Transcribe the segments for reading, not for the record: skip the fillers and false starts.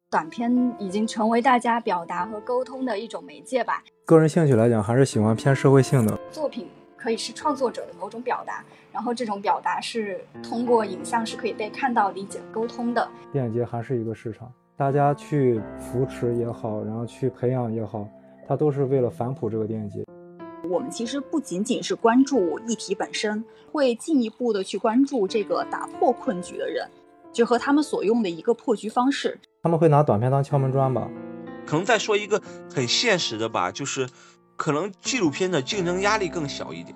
短片已经成为大家表达和沟通的一种媒介吧。 个人兴趣来讲，还是喜欢偏社会性的作品，可以是创作者的某种表达，然后这种表达是通过影像是可以被看到、理解、沟通的。 电影节还是一个市场，大家去扶持也好，然后去培养也好，它都是为了反哺这个电影节。 我们其实不仅仅是关注议题本身，会进一步的去关注这个打破困局的人，就和他们所用的一个破局方式。 他们会拿短片当敲门砖吧。 可能再说一个很现实的吧，就是可能纪录片的竞争压力更小一点。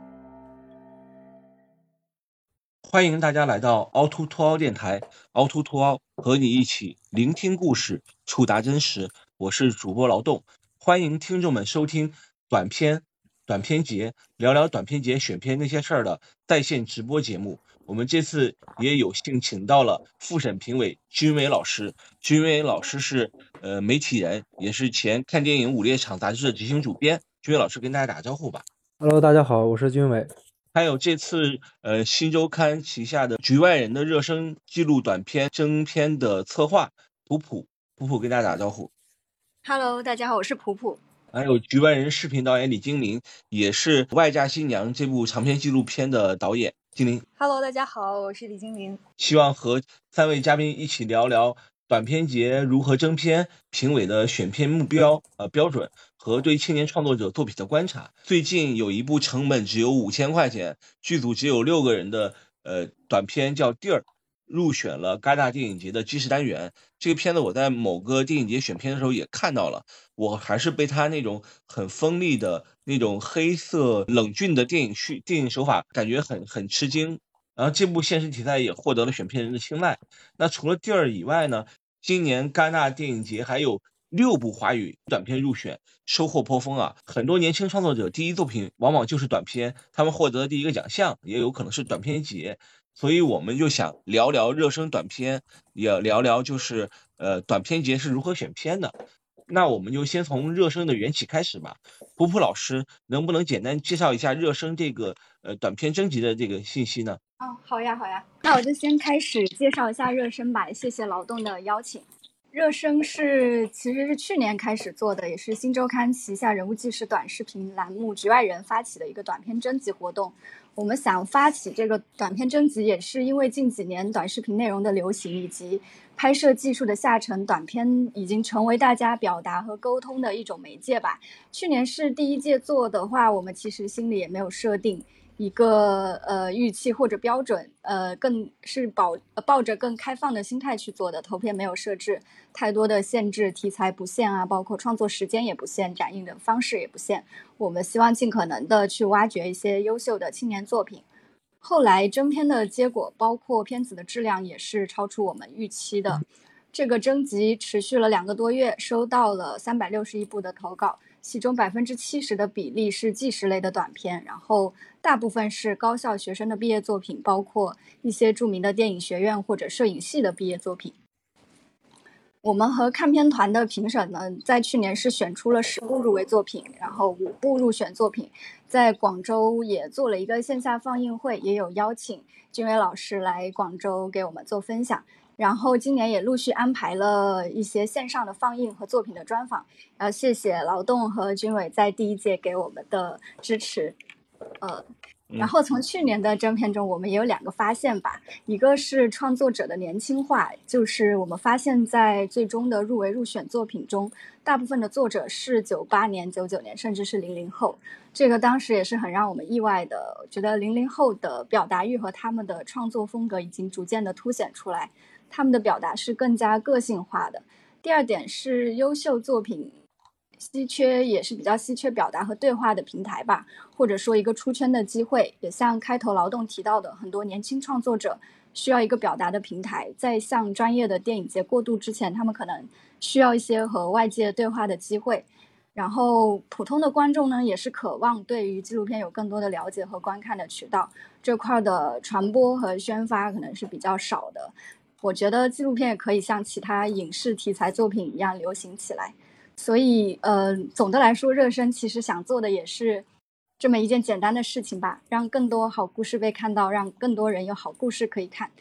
欢迎大家来到凹凸凸凹电台，凹凸凸凹和你一起聆听故事，触达真实。我是主播劳动，欢迎听众们收听短片节，聊聊短片节选片那些事儿的在线直播节目。我们这次也有幸请到了复审评委君伟老师。君伟老师是媒体人，也是前看电影午夜场杂志的执行主编。君伟老师跟大家打个招呼吧。 Hello， 大家好，我是君伟。 还有这次新周刊旗下的局外人的热身记录短片征片的策划普普跟大家打招呼。 Hello， 大家好，我是普普。 还有局外人视频导演李金玲，也是《外嫁新娘》这部长篇纪录片的导演。金玲 Hello， 大家好，我是李金玲。 希望和3位嘉宾一起聊聊短片节如何征片，评委的选片目标标准和对青年创作者作品的观察。最近有一部成本只有5000块钱，剧组只有6个人的短片叫《地儿》，入选了戛纳电影节的基石单元。这个片子我在某个电影节选片的时候也看到了，我还是被他那种很锋利的那种黑色冷峻的电影手法感觉很吃惊。然后这部现实题材也获得了选片人的青睐。那除了地儿以外呢，今年戛纳电影节还有6部华语短片入选，收获颇丰啊！很多年轻创作者第一作品往往就是短片，他们获得的第一个奖项也有可能是短片节。所以我们就想聊聊热身短片，也聊聊就是短片节是如何选片的。那我们就先从热身的缘起开始吧。普普老师能不能简单介绍一下热身这个短片征集的这个信息呢？ 好呀。那我就先开始介绍一下热身吧，谢谢劳动的邀请。热身其实是去年开始做的，也是新周刊旗下人物纪实短视频栏目局外人发起的一个短片征集活动。我们想发起这个短片征集，也是因为近几年短视频内容的流行以及拍摄技术的下沉，短片已经成为大家表达和沟通的一种媒介吧。去年是第一届做的话，我们其实心里也没有设定一个预期或者标准，更是抱着更开放的心态去做的。投片没有设置太多的限制，题材不限啊，包括创作时间也不限，展映的方式也不限。我们希望尽可能的去挖掘一些优秀的青年作品。后来征片的结果，包括片子的质量也是超出我们预期的。这个征集持续了2个多月，收到了361部的投稿，其中70%的比例是纪实类的短片，然后大部分是高校学生的毕业作品，包括一些著名的电影学院或者摄影系的毕业作品。我们和看片团的评审呢，在去年是选出了10部入围作品，然后5部入选作品。在广州也做了一个线下放映会，也有邀请君伟老师来广州给我们做分享。然后今年也陆续安排了一些线上的放映和作品的专访，要谢谢劳动和君伟在第一届给我们的支持。然后从去年的征片中，我们也有2个发现吧。一个是创作者的年轻化，就是我们发现在最终的入围入选作品中，大部分的作者是98年、99年，甚至是00后。这个当时也是很让我们意外的。我觉得00后的表达欲和他们的创作风格已经逐渐的凸显出来，他们的表达是更加个性化的。第二点是优秀作品也是比较稀缺表达和对话的平台吧，或者说一个出圈的机会。也像开头劳动提到的，很多年轻创作者需要一个表达的平台，在向专业的电影节过渡之前，他们可能需要一些和外界对话的机会。然后普通的观众呢，也是渴望对于纪录片有更多的了解和观看的渠道，这块的传播和宣发可能是比较少的。我觉得纪录片也可以像其他影视题材作品一样流行起来。所以总的来说，热身其实想做的也是这么一件简单的事情吧，让更多好故事被看到，让更多人有好故事可以看。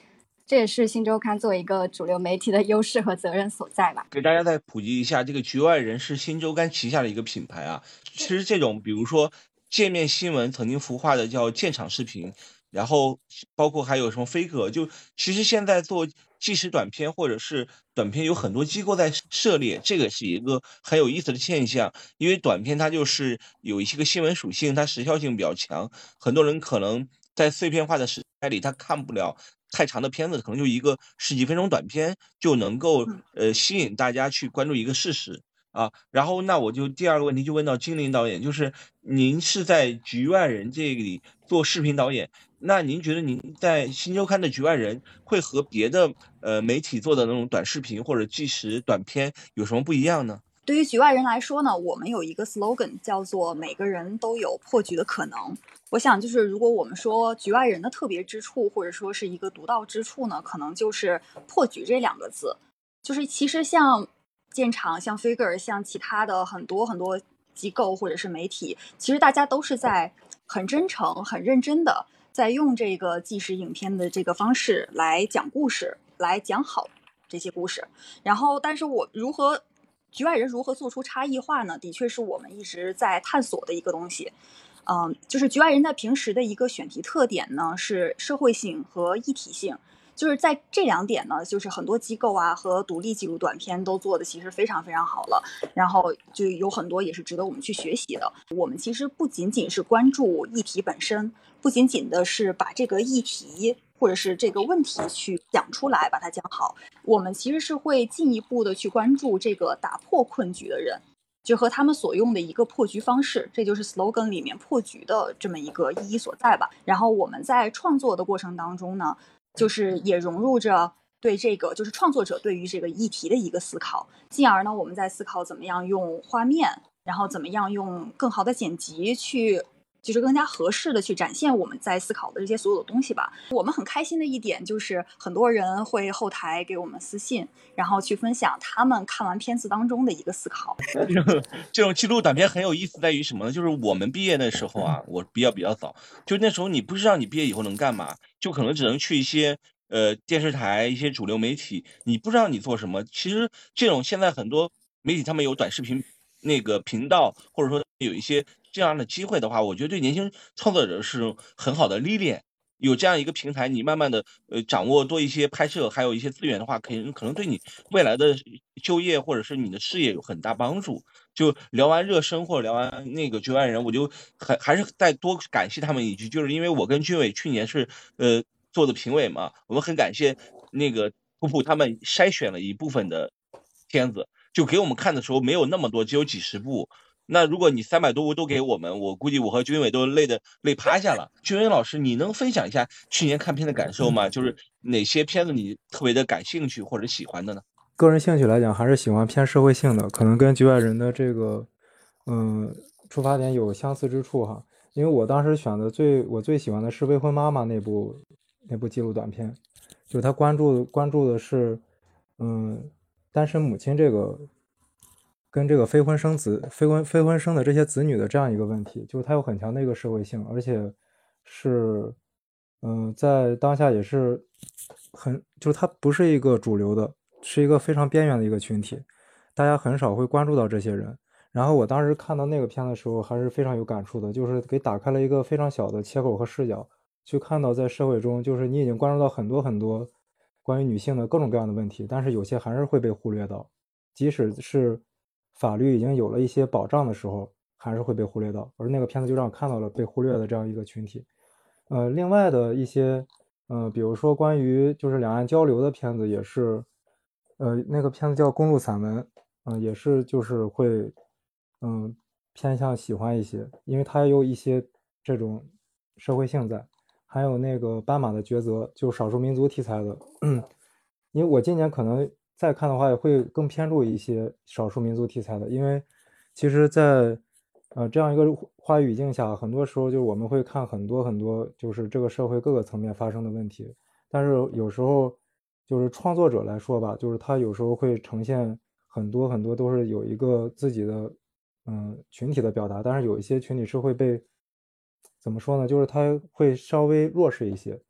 这也是新周刊作为一个主流媒体的优势和责任所在吧。 给大家再普及一下，这个局外人是新周刊旗下的一个品牌啊。其实这种比如说界面新闻曾经孵化的叫建厂视频，然后包括还有什么飞哥，就其实现在做纪实短片或者是短片有很多机构在涉猎，这个是一个很有意思的现象。因为短片它就是有一些个新闻属性，它时效性比较强，很多人可能在碎片化的时代里他看不了太长的片子，可能就一个十几分钟短片就能够吸引大家去关注一个事实啊。然后那我就第二个问题就问到金陵导演，就是您是在局外人这里做视频导演，那您觉得您在新周刊的局外人会和别的媒体做的那种短视频或者纪实短片有什么不一样呢？ 对于局外人来说呢，我们有一个 slogan 叫做每个人都有破局的可能。我想就是如果我们说局外人的特别之处，或者说是一个独到之处呢，可能就是破局这两个字。就是其实像建厂、像 Figure、像其他的很多很多机构或者是媒体，其实大家都是在很真诚、很认真的在用这个纪实影片的这个方式来讲故事，来讲好这些故事。然后，但是局外人如何做出差异化呢？的确是我们一直在探索的一个东西。就是局外人在平时的一个选题特点呢，是社会性和议题性。就是在这两点呢，就是很多机构啊和独立纪录短片都做的其实非常非常好了，然后就有很多也是值得我们去学习的。我们其实不仅仅是关注议题本身，不仅仅的是把这个议题或者是这个问题去讲出来，把它讲好，我们其实是会进一步的去关注这个打破困局的人。就和他们所用的一个破局方式，这就是 slogan 里面破局的这么一个意义所在吧。然后我们在创作的过程当中呢，就是也融入着对这个就是创作者对于这个议题的一个思考，进而呢我们在思考怎么样用画面，然后怎么样用更好的剪辑去就是更加合适的去展现我们在思考的这些所有的东西吧。我们很开心的一点就是很多人会后台给我们私信，然后去分享他们看完片子当中的一个思考。 这种记录短片很有意思在于什么呢？就是我们毕业的时候啊，我比较早，就那时候你不知道你毕业以后能干嘛，就可能只能去一些电视台、一些主流媒体，你不知道你做什么。其实这种现在很多媒体他们有短视频那个频道，或者说有一些这样的机会的话，我觉得对年轻创作者是很好的历练。有这样一个平台，你慢慢的掌握多一些拍摄，还有一些资源的话，可能对你未来的就业或者是你的事业有很大帮助。就聊完热身或者聊完那个局外人，我就还是再多感谢他们一句，就是因为我跟军委去年是做的评委嘛，我们很感谢那个瀑布他们筛选了一部分的片子，就给我们看的时候没有那么多，只有几十部。那如果你300多部都给我们，我估计我和军委都累趴下了。军委老师，你能分享一下去年看片的感受吗？就是哪些片子你特别的感兴趣或者喜欢的呢？ 个人兴趣来讲，还是喜欢偏社会性的，可能跟局外人的这个出发点有相似之处哈。因为我当时选的我最喜欢的是《未婚妈妈》那部纪录短片，就是他关注的是单身母亲这个跟这个非婚生的这些子女的这样一个问题，就是它有很强的一个社会性，而且是在当下也是就是它不是一个主流的，是一个非常边缘的一个群体，大家很少会关注到这些人。然后我当时看到那个片的时候还是非常有感触的，就是给打开了一个非常小的切口和视角，去看到在社会中，就是你已经关注到很多很多关于女性的各种各样的问题，但是有些还是会被忽略到，即使是法律已经有了一些保障的时候，还是会被忽略到。而那个片子就让我看到了被忽略的这样一个群体。另外的一些比如说关于就是两岸交流的片子也是，那个片子叫《公路散文》，也是就是会偏向喜欢一些，因为它有一些这种社会性在。还有那个斑马的抉择，就少数民族题材的，因为我今年可能再看的话也会更偏重一些少数民族题材的，因为其实在这样一个话语语境下，很多时候就我们会看很多很多就是这个社会各个层面发生的问题，但是有时候就是创作者来说吧，就是他有时候会呈现很多很多都是有一个自己的群体的表达，但是有一些群体是会被怎么说呢，就是他会稍微弱势一些，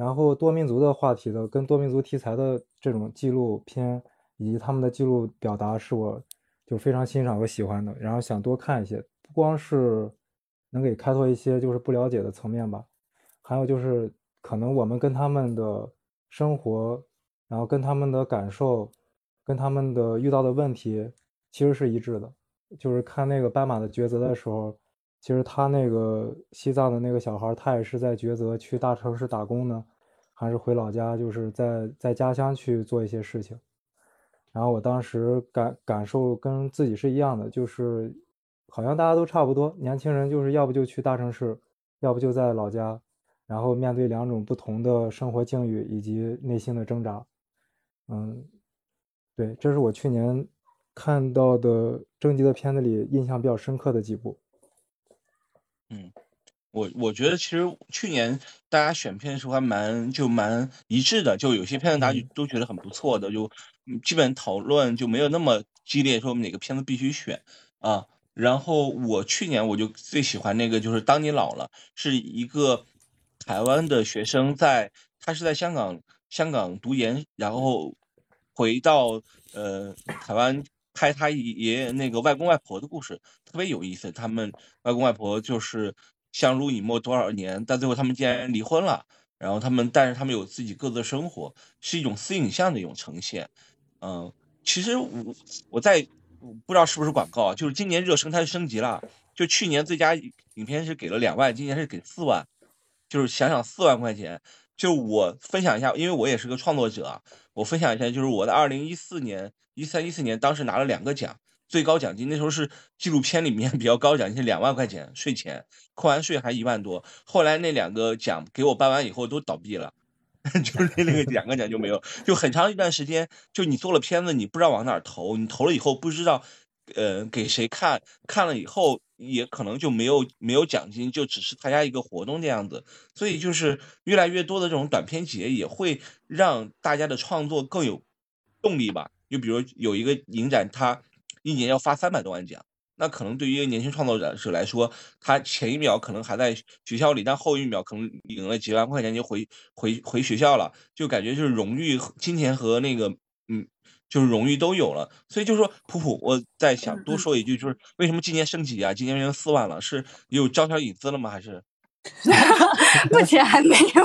然后多民族的话题的跟多民族题材的这种纪录片以及他们的记录表达是我就非常欣赏和喜欢的，然后想多看一些，不光是能给开拓一些就是不了解的层面吧，还有就是可能我们跟他们的生活，然后跟他们的感受，跟他们的遇到的问题其实是一致的。就是看那个斑马的抉择的时候，其实他那个西藏的那个小孩，他也是在抉择去大城市打工呢，还是回老家，就是在家乡去做一些事情。然后我当时感受跟自己是一样的，就是好像大家都差不多，年轻人就是要不就去大城市，要不就在老家，然后面对两种不同的生活境遇以及内心的挣扎。嗯，对，这是我去年看到的征集的片子里印象比较深刻的几部。 嗯，我觉得其实去年大家选片的时候还蛮一致的，就有些片子大家都觉得很不错的，就基本讨论就没有那么激烈，说哪个片子必须选啊。然后我去年我就最喜欢那个就是《当你老了》，是一个台湾的学生他是在香港读研，然后回到台湾拍他爷爷那个外公外婆的故事，特别有意思。他们外公外婆就是相濡以沫多少年，但最后他们竟然离婚了。然后但是他们有自己各自的生活，是一种私影像的一种呈现。嗯，其实我不知道是不是广告啊，就是今年热身它是升级了，就去年最佳影片是给了2万，今年是给4万，就是想想4万块钱。就我分享一下，因为我也是个创作者啊，我分享一下，就是我在2014年、13、14年当时拿了2个奖，最高奖金那时候是纪录片里面比较高奖金是2万块钱税前，扣完税还1万多。后来那2个奖给我办完以后都倒闭了，就是那个2个奖就没有，就很长一段时间，就你做了片子，你不知道往哪儿投，你投了以后不知道，给谁看，看了以后也可能就没有奖金，就只是参加一个活动这样子。所以就是越来越多的这种短片节也会让大家的创作更有动力吧。就比如有一个影展，它一年要发300多万奖。那可能对于一个年轻创作者来说，他前一秒可能还在学校里，但后一秒可能领了几万块钱就回学校了，就感觉就是荣誉、金钱和那个就是荣誉都有了。所以就是说，普普，我再想多说一句，就是为什么今年升级啊？今年变成4万了，是有招小引资了吗？还是？ 目前还没有，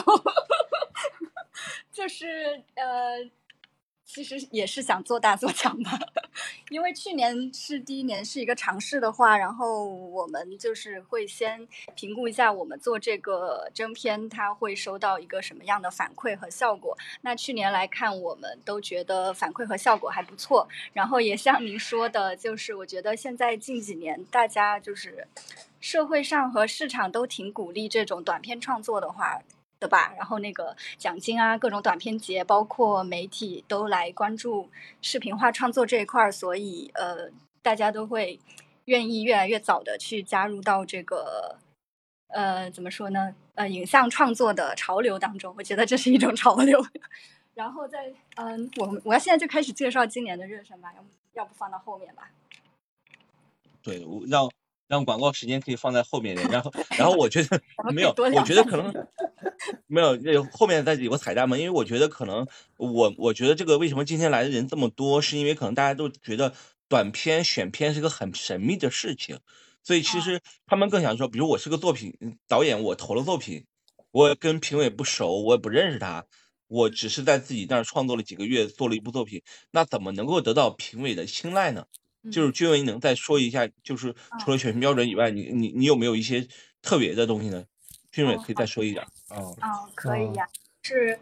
就是其实也是想做大做强吧，因为去年是第一年是一个尝试的话，然后我们就是会先评估一下我们做这个征片它会收到一个什么样的反馈和效果。那去年来看，我们都觉得反馈和效果还不错，然后也像您说的，就是我觉得现在近几年大家就是社会上和市场都挺鼓励这种短片创作的话的吧，然后那个奖金啊，各种短片节，包括媒体都来关注视频化创作这一块，所以大家都会愿意越来越早的去加入到这个怎么说呢影像创作的潮流当中，我觉得这是一种潮流。然后在我要现在就开始介绍今年的热身吧，要不放到后面吧。 对，让广告时间可以放在后面点，然后我觉得没有，我觉得可能没有，后面再有个彩蛋嘛，因为我觉得可能我觉得这个为什么今天来的人这么多，是因为可能大家都觉得短片选片是个很神秘的事情，所以其实他们更想说，比如我是个作品导演，我投了作品，我跟评委不熟，我也不认识他，我只是在自己那儿创作了几个月，做了一部作品，那怎么能够得到评委的青睐呢？就是君文能再说一下，就是除了选评标准以外，你有没有一些特别的东西呢？君伟可以再说一点。 可以呀，是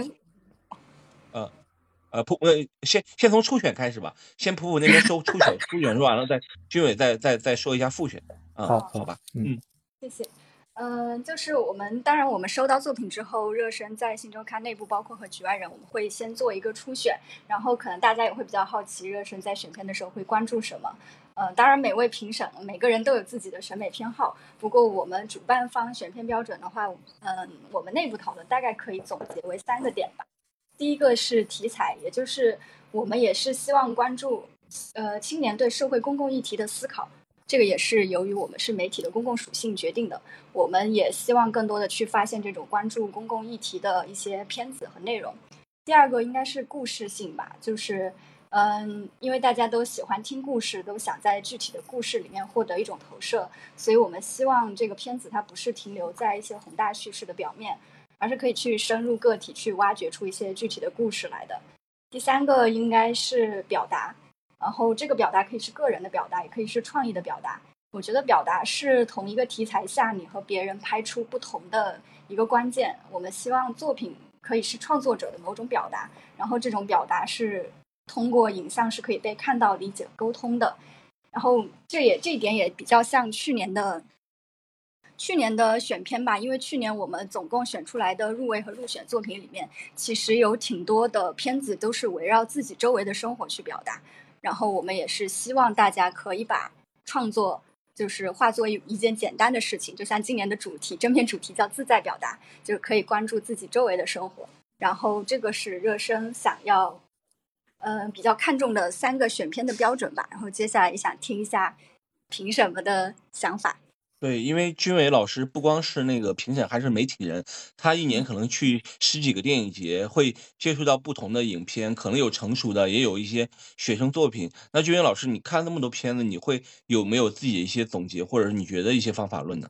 先从初选开始吧，先普普那边收初选说完了，君伟再说一下复选。好吧， 谢谢。就是我们收到作品之后，热身在新周刊内部，包括和局外人，我们会先做一个初选，然后可能大家也会比较好奇，热身在选片的时候会关注什么。当然每位评审每个人都有自己的审美偏好，不过我们主办方选片标准的话，我们内部讨论大概可以总结为3个点吧。第一个是题材，也就是我们也是希望关注青年对社会公共议题的思考。 这个也是由于我们是媒体的公共属性决定的。我们也希望更多的去发现这种关注公共议题的一些片子和内容。第二个应该是故事性吧，就是因为大家都喜欢听故事，都想在具体的故事里面获得一种投射，所以我们希望这个片子它不是停留在一些宏大叙事的表面，而是可以去深入个体，去挖掘出一些具体的故事来的。第三个应该是表达，然后这个表达可以是个人的表达，也可以是创意的表达。我觉得表达是同一个题材下你和别人拍出不同的一个关键。我们希望作品可以是创作者的某种表达，然后这种表达是通过影像是可以被看到、理解、沟通的。然后这一点也比较像去年的选片吧，因为去年我们总共选出来的入围和入选作品里面，其实有挺多的片子都是围绕自己周围的生活去表达。然后我们也是希望大家可以把创作就是化作一件简单的事情，就像今年的正片主题叫自在表达，就是可以关注自己周围的生活。然后这个是热身想要比较看重的3个选片的标准吧。然后接下来也想听一下评审们的想法。 对，因为军伟老师不光是那个评审，还是媒体人，他一年可能去10几个电影节，会接触到不同的影片，可能有成熟的，也有一些学生作品。那军伟老师，你看那么多片子，你会有没有自己的一些总结，或者是你觉得一些方法论呢？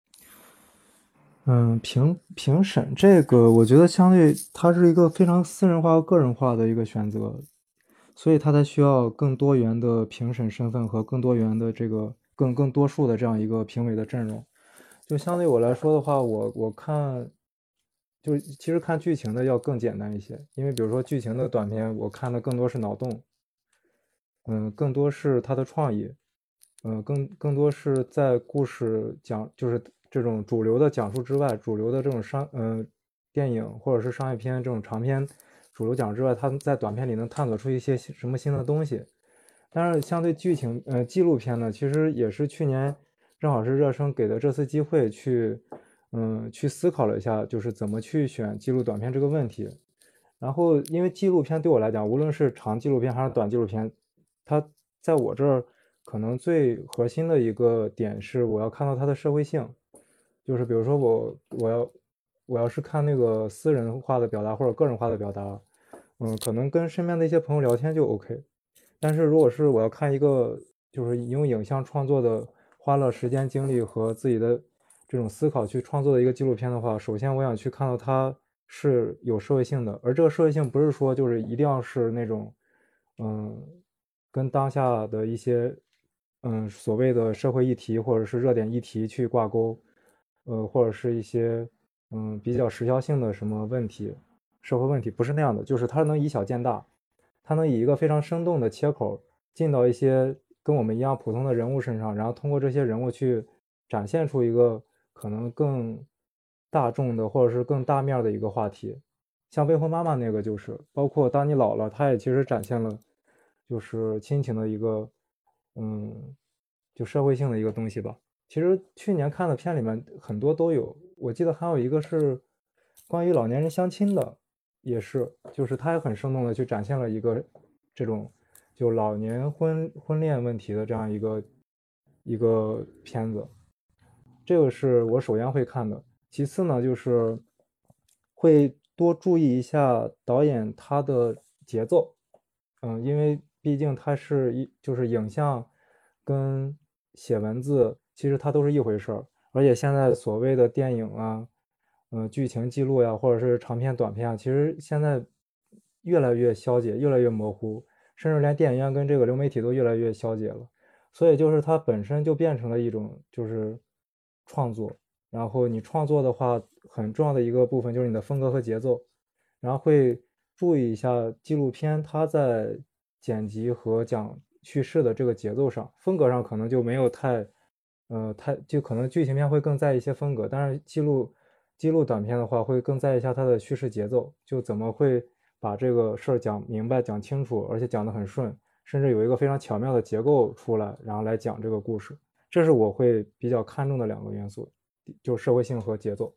评审这个，我觉得相对它是一个非常私人化和个人化的一个选择，所以它才需要更多元的评审身份和更多元的这个更多数的这样一个评委的阵容。就相对我来说的话，我看，就其实看剧情的要更简单一些，因为比如说剧情的短片，我看的更多是脑洞，更多是它的创意，更多是在故事就是这种主流的讲述之外，主流的这种电影或者是商业片这种长片主流讲述之外，它在短片里能探索出一些什么新的东西。但是相对纪录片呢，其实也是去年正好是热身给的这次机会去思考了一下，就是怎么去选记录短片这个问题。然后因为纪录片对我来讲，无论是长纪录片还是短纪录片，它在我这儿可能最核心的一个点是我要看到它的社会性，就是比如说我要是看那个私人化的表达或者个人化的表达，可能跟身边的一些朋友聊天就 OK。但是如果是我要看一个就是用影像创作的，花了时间精力和自己的这种思考去创作的一个纪录片的话，首先我想去看到它是有社会性的，而这个社会性不是说就是一定要是那种跟当下的一些所谓的社会议题或者是热点议题去挂钩，或者是一些比较时效性的什么问题，社会问题，不是那样的，就是它能以小见大，它能以一个非常生动的切口进到一些跟我们一样普通的人物身上，然后通过这些人物去展现出一个可能更大众的或者是更大面的一个话题。像未婚妈妈那个就是，包括当你老了，它也其实展现了就是亲情的一个就社会性的一个东西吧。其实去年看的片里面很多都有，我记得还有一个是关于老年人相亲的，也是，就是他也很生动的去展现了一个这种就老年婚恋问题的这样一个片子。这个是我首先会看的。其次呢，就是会多注意一下导演他的节奏，因为毕竟它是就是影像跟写文字，其实它都是一回事儿。而且现在所谓的电影啊，剧情记录呀，或者是长片、短片啊，其实现在越来越消解，越来越模糊，甚至连电影院跟这个流媒体都越来越消解了。所以就是它本身就变成了一种就是创作。然后你创作的话，很重要的一个部分就是你的风格和节奏，然后会注意一下纪录片它在剪辑和讲叙事的这个节奏上，风格上可能就没有就可能剧情片会更在意一些风格，但是记录短片的话会更在意一下它的叙事节奏，就怎么会把这个事儿讲明白、讲清楚，而且讲得很顺，甚至有一个非常巧妙的结构出来，然后来讲这个故事。这是我会比较看重的2个元素，就社会性和节奏。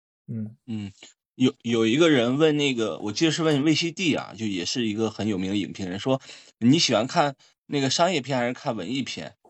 有一个人问那个，我记得是问魏西地啊，就也是一个很有名的影评人，说你喜欢看那个商业片还是看文艺片？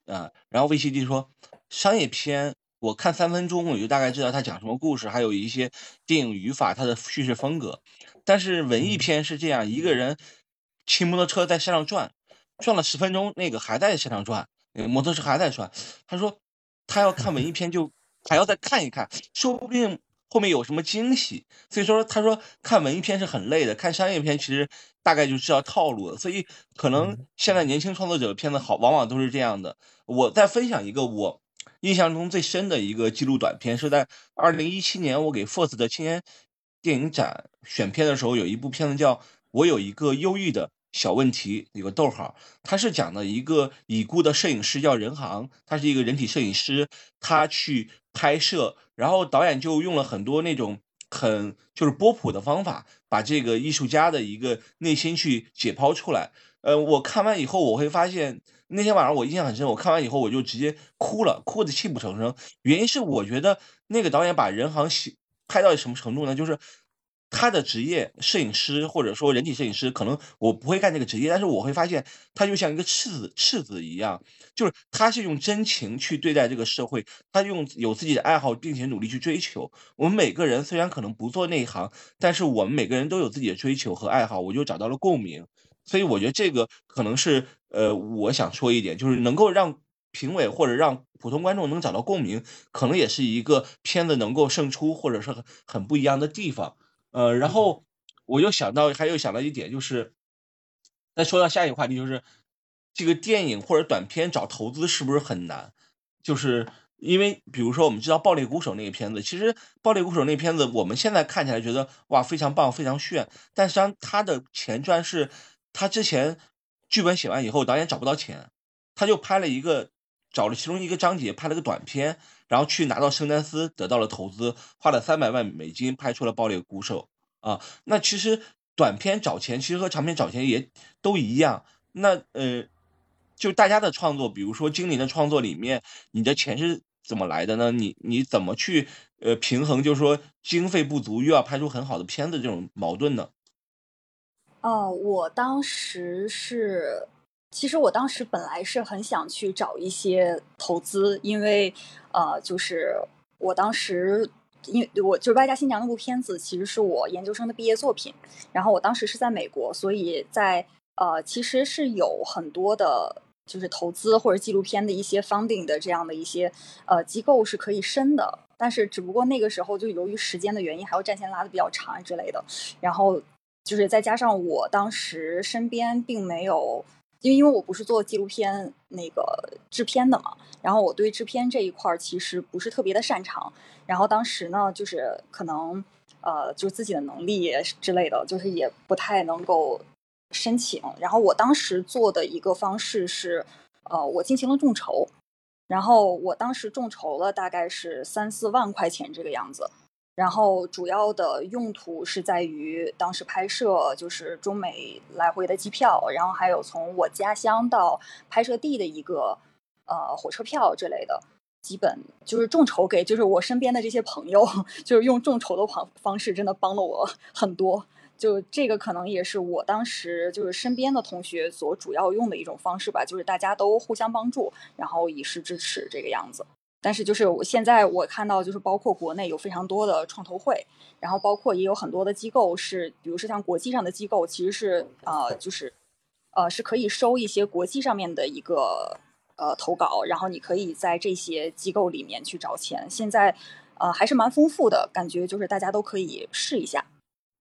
然后 VCD 说商业片我看3分钟我就大概知道他讲什么故事，还有一些电影语法，它的叙事风格。但是文艺片是这样，一个人骑摩托车在山上转，转了10分钟，那个还在山上转，那个摩托车还在转。他说他要看文艺片就还要再看一看，说不定后面有什么惊喜。所以说他说看文艺片是很累的，看商业片其实大概就知道套路了。所以可能现在年轻创作者的片子好，往往都是这样的。我再分享一个我印象中最深的一个纪录短片，是在2017年我给 FIRST 的青年电影展选片的时候，有一部片子叫《我有一个忧郁的小问题》，有个逗号。它是讲的一个已故的摄影师叫任航，他是一个人体摄影师，他去拍摄，然后导演就用了很多那种很就是波普的方法，把这个艺术家的一个内心去解剖出来。我看完以后，我会发现那天晚上我印象很深，我看完以后我就直接哭了，哭得泣不成声。原因是我觉得那个导演把任航拍到什么程度呢？就是他的职业摄影师或者说人体摄影师，可能我不会干这个职业，但是我会发现他就像一个赤子一样，就是他是用真情去对待这个社会，他有自己的爱好，并且努力去追求。我们每个人虽然可能不做那一行，但是我们每个人都有自己的追求和爱好，我就找到了共鸣。所以我觉得这个可能是我想说一点，就是能够让评委或者让普通观众能找到共鸣，可能也是一个片子能够胜出或者是很不一样的地方。然后我又想到一点，就是再说到下一个话题，就是这个电影或者短片找投资是不是很难？就是因为比如说我们知道《爆裂鼓手》那个片子，其实《爆裂鼓手》那片子我们现在看起来觉得哇非常棒非常炫，但实际上它的前传是他之前剧本写完以后，导演找不到钱，他就找了其中一个章节拍了个短片，然后去拿到圣丹斯得到了投资，花了$300万拍出了《爆裂鼓手》啊。那其实短片找钱，其实和长片找钱也都一样。那就大家的创作，比如说精灵的创作里面，你的钱是怎么来的呢？你怎么去平衡，就是说经费不足又要拍出很好的片子这种矛盾呢？ 我当时是，其实我当时本来是很想去找一些投资，因为就是我当时，因为我就是《外家新娘》那部片子，其实是我研究生的毕业作品，然后我当时是在美国，所以在其实是有很多的。就是投资或者纪录片的一些 funding 的这样的一些机构是可以申的，但是只不过那个时候就由于时间的原因，还有战线拉的比较长之类的，然后就是再加上我当时身边并没有，因为我不是做纪录片那个制片的嘛，然后我对制片这一块其实不是特别的擅长，然后当时呢就是可能就自己的能力之类的，就是也不太能够申请，然后我当时做的一个方式是我进行了众筹，然后我当时众筹了大概是3-4万块钱这个样子，然后主要的用途是在于当时拍摄就是中美来回的机票，然后还有从我家乡到拍摄地的一个火车票之类的，基本就是众筹给就是我身边的这些朋友，就是用众筹的方式真的帮了我很多。就这个可能也是我当时就是身边的同学所主要用的一种方式吧，就是大家都互相帮助，然后以示支持这个样子。但是就是现在我看到就是包括国内有非常多的创投会，然后包括也有很多的机构是，比如说像国际上的机构，其实是就是是可以收一些国际上面的一个投稿，然后你可以在这些机构里面去找钱。现在还是蛮丰富的，感觉就是大家都可以试一下。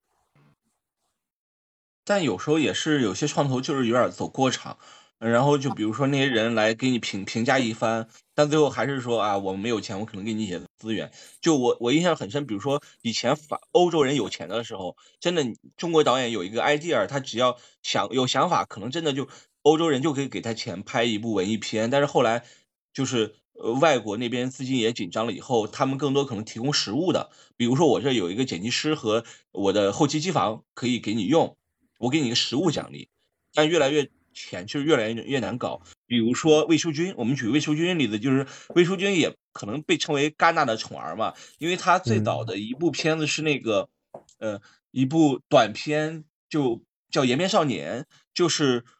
但有时候也是有些创投就是有点走过场，然后就比如说那些人来给你评价一番，但最后还是说啊，我们没有钱，我可能给你一些资源。就我印象很深，比如说以前欧洲人有钱的时候，真的中国导演有一个 idea， 他只要有想法，可能真的就欧洲人就可以给他钱拍一部文艺片。但是后来就是外国那边资金也紧张了以后，他们更多可能提供实物的，比如说我这有一个剪辑师和我的后期机房可以给你用。我给你一个实物奖励，但越来越钱就是越来越难搞。比如说魏书君，我们举魏书君例子，就是魏书君也可能被称为戛纳的宠儿嘛，因为他最早的一部片子是那个一部短片，就叫《延边少年》，就是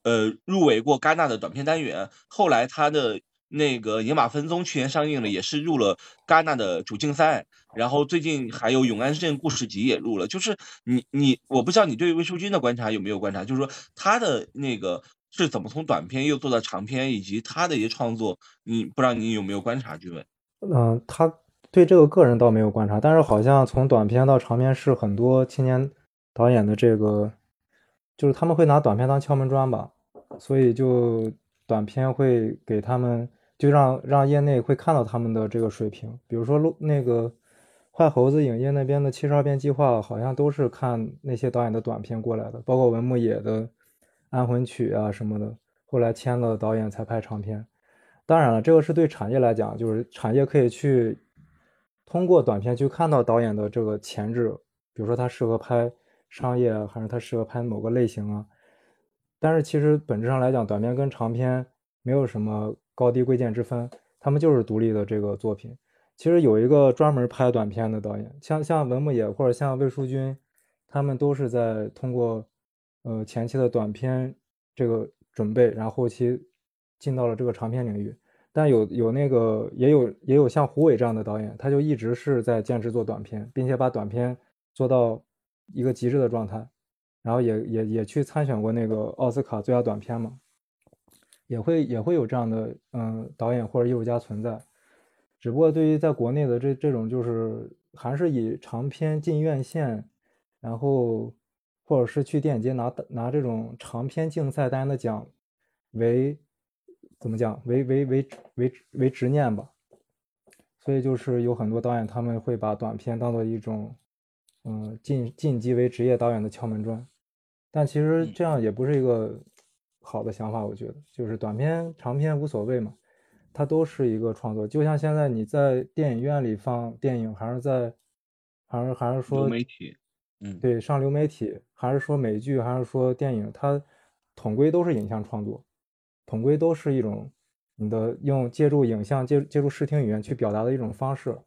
入围过戛纳的短片单元，后来他的那个《野马分鬃》去年上映了，也是入了戛纳的主竞赛。然后最近还有《永安镇故事集》也入了。就是我不知道你对魏淑君的观察有没有观察，就是说他的那个是怎么从短片又做到长片，以及他的一些创作，你不知道你有没有观察？君文？ 他对这个个人倒没有观察，但是好像从短片到长片是很多青年导演的这个，就是他们会拿短片当敲门砖吧，所以就短片会给他们，就让业内会看到他们的这个水平。比如说那个坏猴子影业那边的72变计划，好像都是看那些导演的短片过来的，包括文牧野的《安魂曲》啊什么的，后来签了导演才拍长片。当然了，这个是对产业来讲，就是产业可以去通过短片去看到导演的这个潜质，比如说他适合拍商业啊，还是他适合拍某个类型啊。但是其实本质上来讲，短片跟长片没有什么高低贵贱之分，他们就是独立的这个作品。其实有一个专门拍短片的导演，像文牧野或者像魏淑君，他们都是在通过前期的短片这个准备，然后后期进到了这个长片领域。但有那个也有像胡伟这样的导演，他就一直是在坚持做短片，并且把短片做到一个极致的状态，然后也去参选过那个奥斯卡最佳短片嘛，也会有这样的导演或者艺术家存在。只不过对于在国内的这种就是还是以长片进院线，然后或者是去电影节拿这种长片竞赛单元的奖为怎么讲为执念吧。所以就是有很多导演他们会把短片当做一种晋级为职业导演的敲门砖，但其实这样也不是一个好的想法。我觉得就是短片长片无所谓嘛，它都是一个创作。就像现在你在电影院里放电影，还是说流媒体， 对，上流媒体，还是说美剧，还是说电影，它统归都是影像创作，统归都是一种你的借助影像、借助视听语言去表达的一种方式。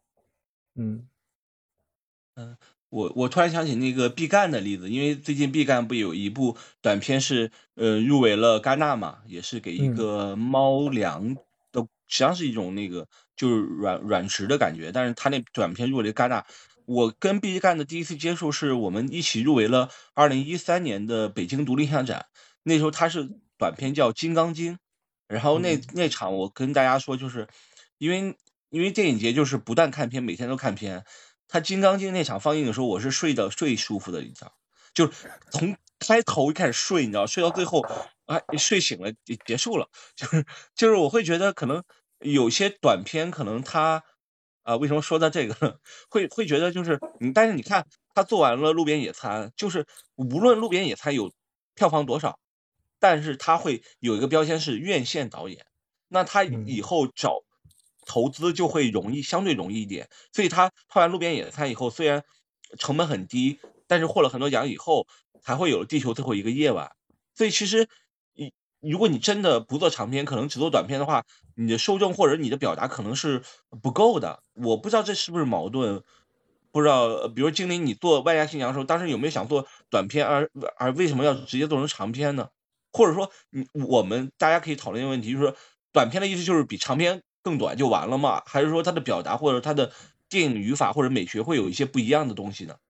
我突然想起那个毕赣的例子，因为最近毕赣不有一部短片是入围了戛纳嘛，也是给一个猫粮的，实际上是一种那个就是软食的感觉，但是他那短片入围了戛纳。我跟毕赣的第一次接触是我们一起入围了2013年的北京独立影像展，那时候他是短片叫《金刚经》，然后那场我跟大家说，就是因为电影节就是不断看片，每天都看片。他《金刚经》那场放映的时候，我是睡得最舒服的一场，就是从开头开始睡，你知道，睡到最后，睡醒了结束了，就是我会觉得可能有些短片可能他为什么说到这个，会觉得就是但是你看他做完了《路边野餐》，就是无论《路边野餐》有票房多少，但是他会有一个标签是院线导演，那他以后找投资就会相对容易一点。所以他拍完《路边野餐》以后，虽然成本很低，但是获了很多奖以后，才会有《地球最后一个夜晚》。所以其实如果你真的不做长片，可能只做短片的话，你的受众或者你的表达可能是不够的。我不知道这是不是矛盾，不知道，比如精灵，你做《万家新娘》的时候，当时有没有想做短片，而为什么要直接做成长片呢？或者说，我们大家可以讨论一个问题，就是说，短片的意思就是比长片更短就完了吗？还是说它的表达或者它的电影语法或者美学会有一些不一样的东西呢？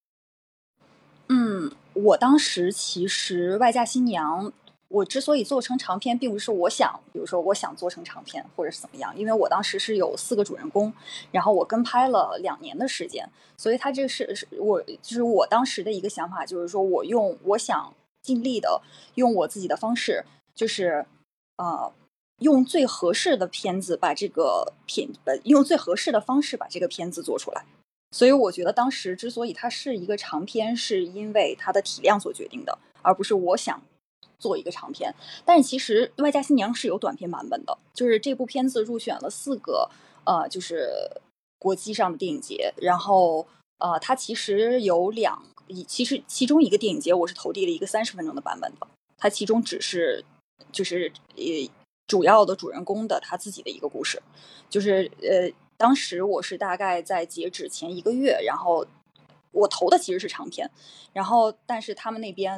我当时其实《外嫁新娘》，我之所以做成长片，并不是我想，比如说我想做成长片或者是怎么样，因为我当时是有4个主人公，然后我跟拍了2年的时间，所以它这是我当时的一个想法，就是说我想尽力的用我自己的方式，就是用最合适的片子把这个用最合适的方式把这个片子做出来。所以我觉得当时之所以它是一个长片，是因为它的体量所决定的，而不是我想做一个长片。但是其实《外嫁新娘》是有短片版本的，就是这部片子入选了4个就是国际上的电影节，然后它其实有其中一个电影节我是投递了一个30分钟的版本的，它其中只是就是主要的主人公的他自己的一个故事，就是当时我是大概在截止前1个月，然后我投的其实是长片，然后但是他们那边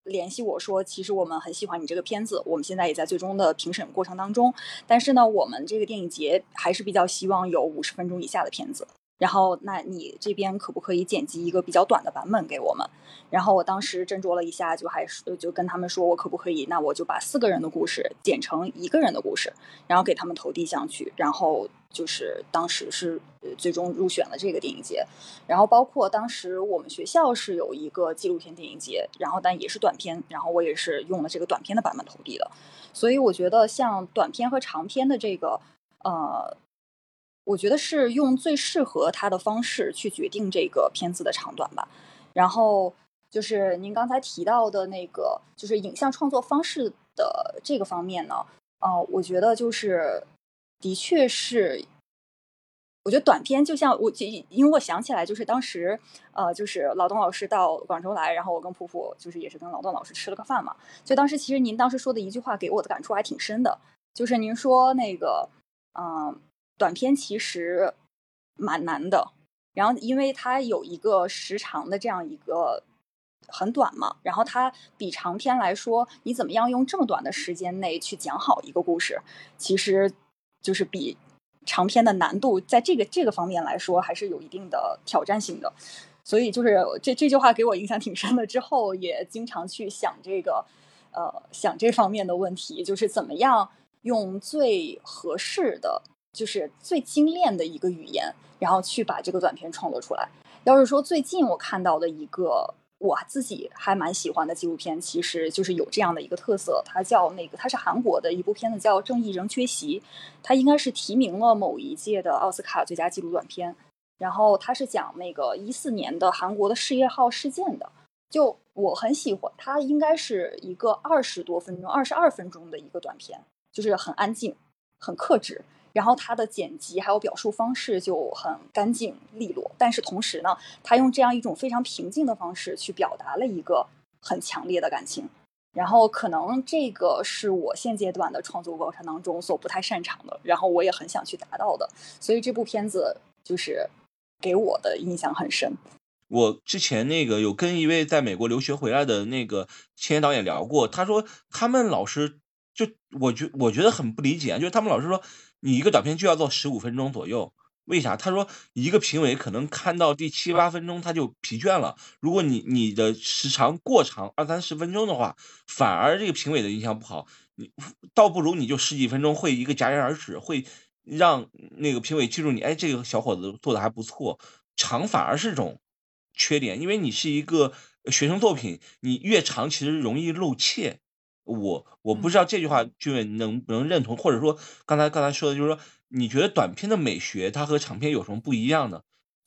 联系我说，其实我们很喜欢你这个片子，我们现在也在最终的评审过程当中，但是呢，我们这个电影节还是比较希望有50分钟以下的片子。然后，那你这边可不可以剪辑一个比较短的版本给我们？然后我当时斟酌了一下，就跟他们说，我可不可以？那我就把4个人的故事剪成1个人的故事，然后给他们投递上去。然后就是当时是最终入选了这个电影节。然后包括当时我们学校是有一个纪录片电影节，然后但也是短片，然后我也是用了这个短片的版本投递的。所以我觉得像短片和长片的这个我觉得是用最适合它的方式去决定这个片子的长短吧。然后就是您刚才提到的那个，就是影像创作方式的这个方面呢，我觉得就是的确是，我觉得短片就像因为我想起来，就是当时就是劳动老师到广州来，然后我跟普普就是也是跟劳动老师吃了个饭嘛。就当时其实您当时说的一句话给我的感触还挺深的，就是您说那个短片其实蛮难的，然后因为它有一个时长的这样一个很短嘛，然后它比长篇来说，你怎么样用这么短的时间内去讲好一个故事，其实就是比长篇的难度在这个方面来说还是有一定的挑战性的。所以就是这句话给我影响挺深的，之后也经常去想想这方面的问题，就是怎么样用最合适的，就是最精炼的一个语言，然后去把这个短片创作出来。要是说最近我看到的一个我自己还蛮喜欢的纪录片，其实就是有这样的一个特色，它是韩国的一部片子叫《正义仍缺席》，它应该是提名了某一届的奥斯卡最佳纪录短片。然后它是讲那个14年的韩国的世越号事件的，就我很喜欢它，应该是一个20多分钟、22分钟的一个短片，就是很安静、很克制，然后它的剪辑还有表述方式就很干净利落，但是同时呢，它用这样一种非常平静的方式去表达了一个很强烈的感情。然后可能这个是我现阶段的创作过程当中所不太擅长的，然后我也很想去达到的，所以这部片子就是给我的印象很深。 我之前有跟一位在美国留学回来的青年导演聊过，他说他们老师就我觉得很不理解，就是他们老师说你一个短片就要做15分钟左右，为啥？他说一个评委可能看到第7、8分钟他就疲倦了，如果你的时长过长20、30分钟的话，反而这个评委的印象不好，你倒不如你就10几分钟会一个戛然而止，会让那个评委记住你，哎，这个小伙子做的还不错。长反而是种缺点，因为你是一个学生作品，你越长其实容易露怯。我不知道这句话俊伟能不能认同，或者说刚才说的就是说，你觉得短片的美学它和长片有什么不一样呢？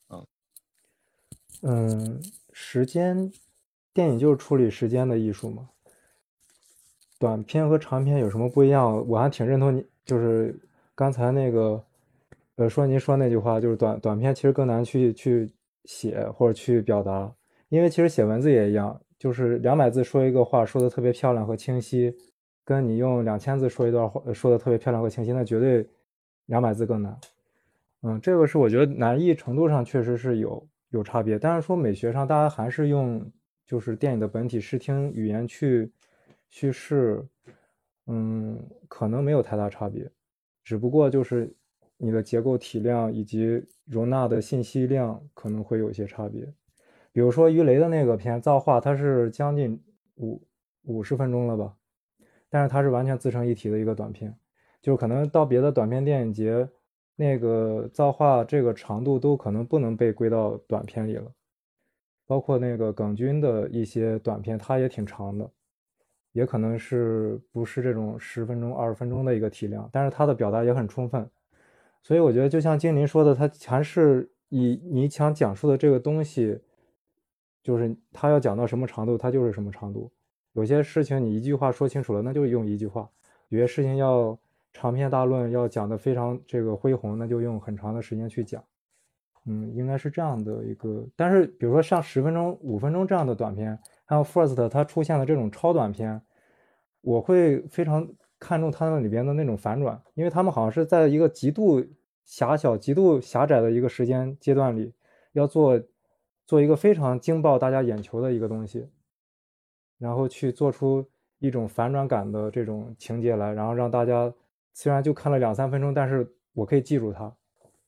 时间，电影就是处理时间的艺术嘛。短片和长片有什么不一样？我还挺认同你，就是刚才那个，您说那句话，就是短片其实更难去写或者去表达，因为其实写文字也一样，就是200字说一个话，说的特别漂亮和清晰，跟你用2000字说一段话，说的特别漂亮和清晰，那绝对200字更难。这个是我觉得难易程度上确实是有差别，但是说美学上，大家还是用就是电影的本体视听语言去叙事，可能没有太大差别，只不过就是你的结构体量以及容纳的信息量可能会有一些差别。比如说于雷的那个片《造化》，它是将近50分钟了吧，但是它是完全自成一体的一个短片，就是可能到别的短片电影节，那个造化这个长度都可能不能被归到短片里了。包括那个耿军的一些短片，它也挺长的，也可能是不是这种10分钟、20分钟的一个体量，但是它的表达也很充分。所以我觉得就像精灵说的，他还是以你想讲述的这个东西，就是他要讲到什么长度，它就是什么长度。有些事情你一句话说清楚了，那就用一句话；有些事情要长篇大论，要讲得非常这个恢宏，那就用很长的时间去讲。应该是这样的一个。但是比如说像10分钟、5分钟这样的短片，还有 First 它出现的这种超短片，我会非常看重它们里边的那种反转，因为他们好像是在一个极度狭小、极度狭窄的一个时间阶段里，要做一个非常惊爆大家眼球的一个东西。 然后去做出一种反转感的这种情节来，然后让大家虽然就看了2-3分钟，但是我可以记住它。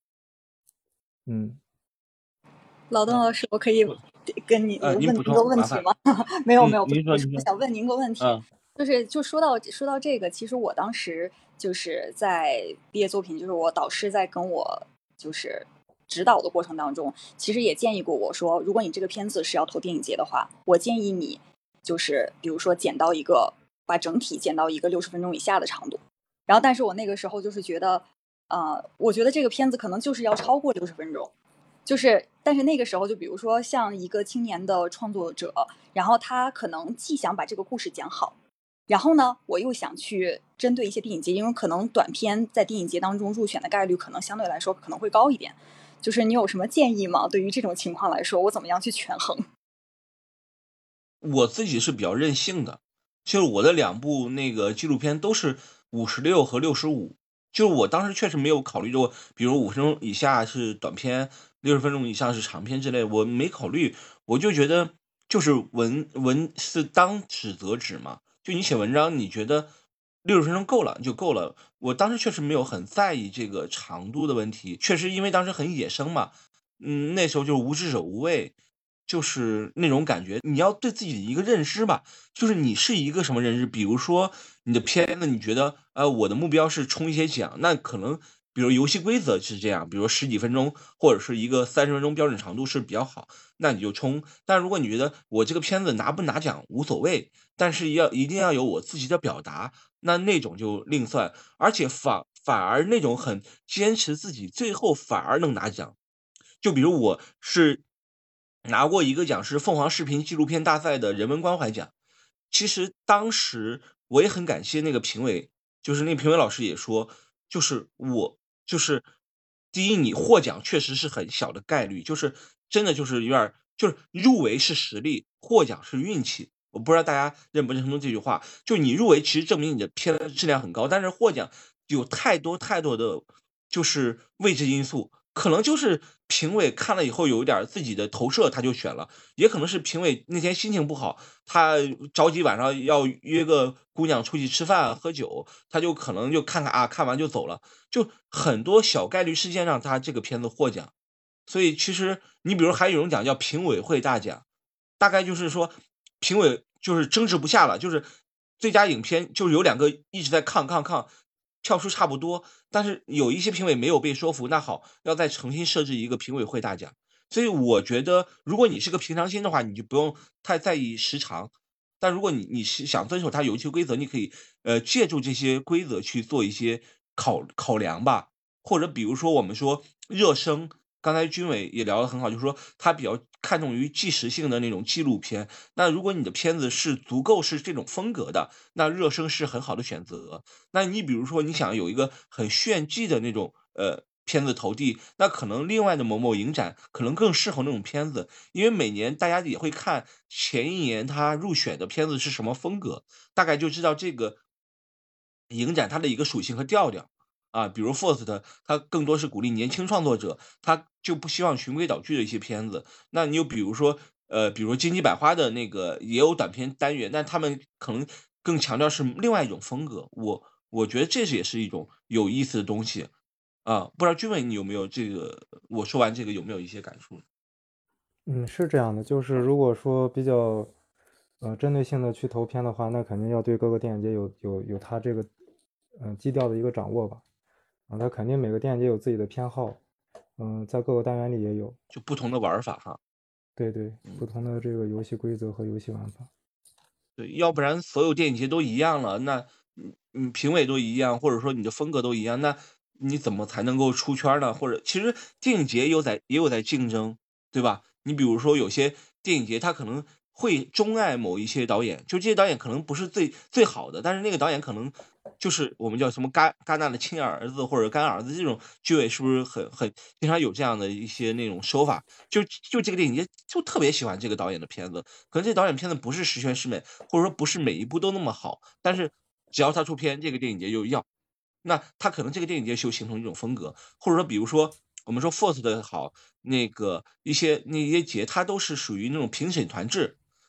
老邓老师，我可以跟你问您个问题吗？没有，不是，我想问您个问题，就说到这个，其实我当时就是在毕业作品，就是我导师在跟我就是指导的过程当中，其实也建议过我说，如果你这个片子是要投电影节的话，我建议你就是比如说把整体剪到一个60分钟以下的长度。然后，但是我那个时候就是觉得，我觉得这个片子可能就是要超过60分钟。但是那个时候，就比如说像一个青年的创作者，然后他可能既想把这个故事讲好，然后呢，我又想去针对一些电影节，因为可能短片在电影节当中入选的概率可能相对来说可能会高一点。就是你有什么建议吗？对于这种情况来说，我怎么样去权衡？ 我自己是比较任性的，就是我的2部那个纪录片都是56和65，就是我当时确实没有考虑过，比如5分钟以下是短片，60分钟以上是长片之类，我没考虑，我就觉得就是文是当纸则纸嘛，就你写文章，你觉得60分钟够了就够了。我当时确实没有很在意这个长度的问题，确实因为当时很野生嘛，那时候就是无知者无畏。就是那种感觉，你要对自己的一个认知吧，就是你是一个什么认知。比如说你的片子，你觉得我的目标是冲一些奖，那可能比如游戏规则是这样，比如10几分钟或者是一个30分钟标准长度是比较好，那你就冲。但如果你觉得我这个片子拿不拿奖无所谓，但是一定要有我自己的表达，那种就另算。而且反而那种很坚持自己，最后反而能拿奖。就比如我是拿过一个奖，是凤凰视频纪录片大赛的人文关怀奖。其实当时我也很感谢那个评委，就是那评委老师也说，就是第一，你获奖确实是很小的概率，就是真的就是有点就是入围是实力，获奖是运气。我不知道大家认不认同这句话，就你入围其实证明你的片子质量很高，但是获奖有太多的就是未知因素。可能就是评委看了以后有一点自己的投射，他就选了；也可能是评委那天心情不好，他着急晚上要约个姑娘出去吃饭喝酒，他就可能就看完就走了，就很多小概率事件让他这个片子获奖。所以其实你比如还有一种奖叫评委会大奖，大概就是说评委就是争执不下了，就是最佳影片就是有2个一直在抗，票数差不多，但是有一些评委没有被说服，那好，要再重新设置一个评委会大奖。所以我觉得，如果你是个平常心的话，你就不用太在意时长。但如果你是想遵守它游戏规则，你可以借助这些规则去做一些考量吧。或者比如说我们说热声，刚才军委也聊得很好，就是说他比较看重于纪实性的那种纪录片。那如果你的片子是足够是这种风格的，那热声是很好的选择。那你比如说你想有一个很炫技的那种片子投递，那可能另外的某某影展可能更适合那种片子，因为每年大家也会看前一年他入选的片子是什么风格，大概就知道这个影展它的一个属性和调调。比如 FIRST 它更多是鼓励年轻创作者，他就不希望循规蹈矩的一些片子。那你又比如说金鸡百花的那个也有短片单元，但他们可能更强调是另外一种风格。我觉得这也是一种有意思的东西。不知道军委你有没有这个？我说完这个有没有一些感触？ 是这样的，就是如果说比较针对性的去投片的话，那肯定要对各个电影节有它这个基调的一个掌握吧。它肯定每个电影节有自己的偏好，在各个单元里也有， 就不同的玩法哈。 对，不同的这个游戏规则和游戏玩法。 对，要不然所有电影节都一样了，那你评委都一样，或者说你的风格都一样，那你怎么才能够出圈呢？或者其实电影节也有在竞争，对吧？你比如说有些电影节他可能会钟爱某一些导演，就这些导演可能不是最好的，但是那个导演可能就是我们叫什么戛纳的亲儿子或者干儿子，这种居委是不是很经常有这样的一些那种说法？就这个电影节就特别喜欢这个导演的片子，可能这导演片子不是十全十美，或者说不是每一部都那么好，但是只要他出片，这个电影节就要。那他可能这个电影节就形成一种风格，或者说比如说我们说 FIRST 的好，那些节它都是属于那种评审团制，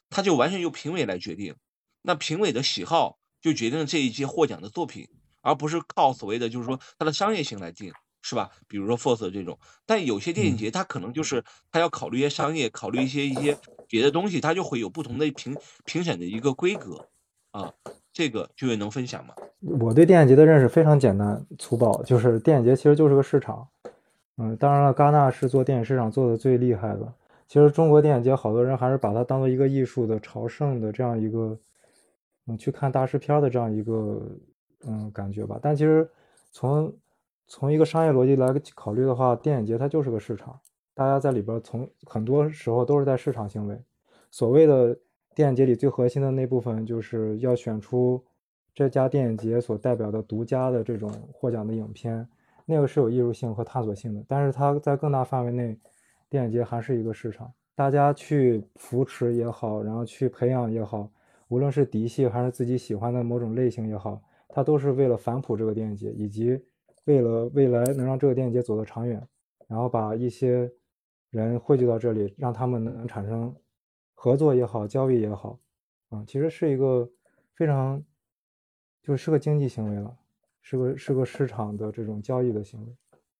它就完全由评委来决定。那评委的喜好就决定了这一届获奖的作品，而不是靠所谓的就是说它的商业性来定，是吧？比如说 FIRST 这种，但有些电影节它可能就是它要考虑一些商业，考虑一些别的东西，它就会有不同的评审的一个规格啊。这个就业能分享吗？ 我对电影节的认识非常简单粗暴，就是电影节其实就是个市场。当然了，戛纳是做电影市场做的最厉害的。其实中国电影节好多人还是把它当做一个艺术的朝圣的这样一个，去看大师片的这样一个，感觉吧。但其实从一个商业逻辑来考虑的话，电影节它就是个市场，大家在里边从很多时候都是在市场行为。所谓的电影节里最核心的那部分，就是要选出这家电影节所代表的独家的这种获奖的影片，那个是有艺术性和探索性的。但是它在更大范围内，电影节还是一个市场，大家去扶持也好，然后去培养也好，无论是嫡系还是自己喜欢的某种类型也好，它都是为了反哺这个电影节，以及为了未来能让这个电影节走得长远，然后把一些人汇聚到这里，让他们能产生合作也好，交易也好，其实是一个非常，就是个经济行为了，是个市场的这种交易的行为。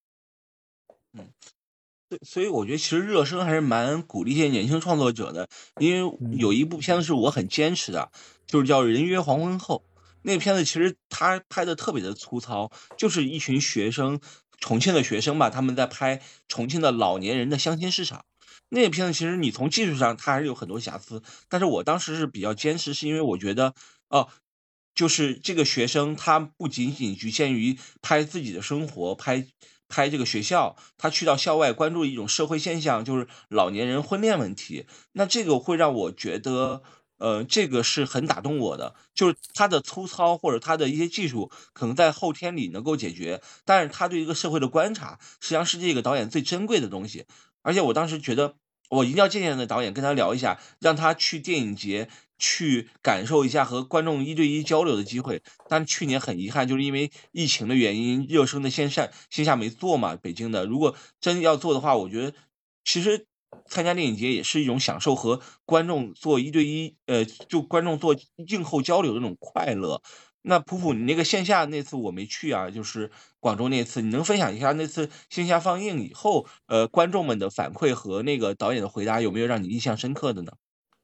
所以我觉得其实热身还是蛮鼓励一些年轻创作者的，因为有一部片子是我很坚持的，就是叫《人约黄昏后》。那个片子其实他拍的特别的粗糙，就是一群学生，重庆的学生吧，他们在拍重庆的老年人的相亲市场。那个片子其实你从技术上它还是有很多瑕疵，但是我当时是比较坚持，是因为我觉得就是这个学生他不仅仅局限于拍自己的生活，拍这个学校，他去到校外关注一种社会现象，就是老年人婚恋问题。那这个会让我觉得，这个是很打动我的，就是他的粗糙或者他的一些技术可能在后天里能够解决，但是他对一个社会的观察，实际上是这个导演最珍贵的东西。而且我当时觉得，我一定要见见那导演，跟他聊一下，让他去电影节去感受一下和观众一对一交流的机会。但去年很遗憾，就是因为疫情的原因，热身的线下没做嘛，北京的。如果真要做的话，我觉得其实参加电影节也是一种享受和观众做一对一，就观众做映后交流的那种快乐。那普普，你那个线下那次我没去啊，就是广州那次，你能分享一下那次线下放映以后，观众们的反馈和那个导演的回答有没有让你印象深刻的呢？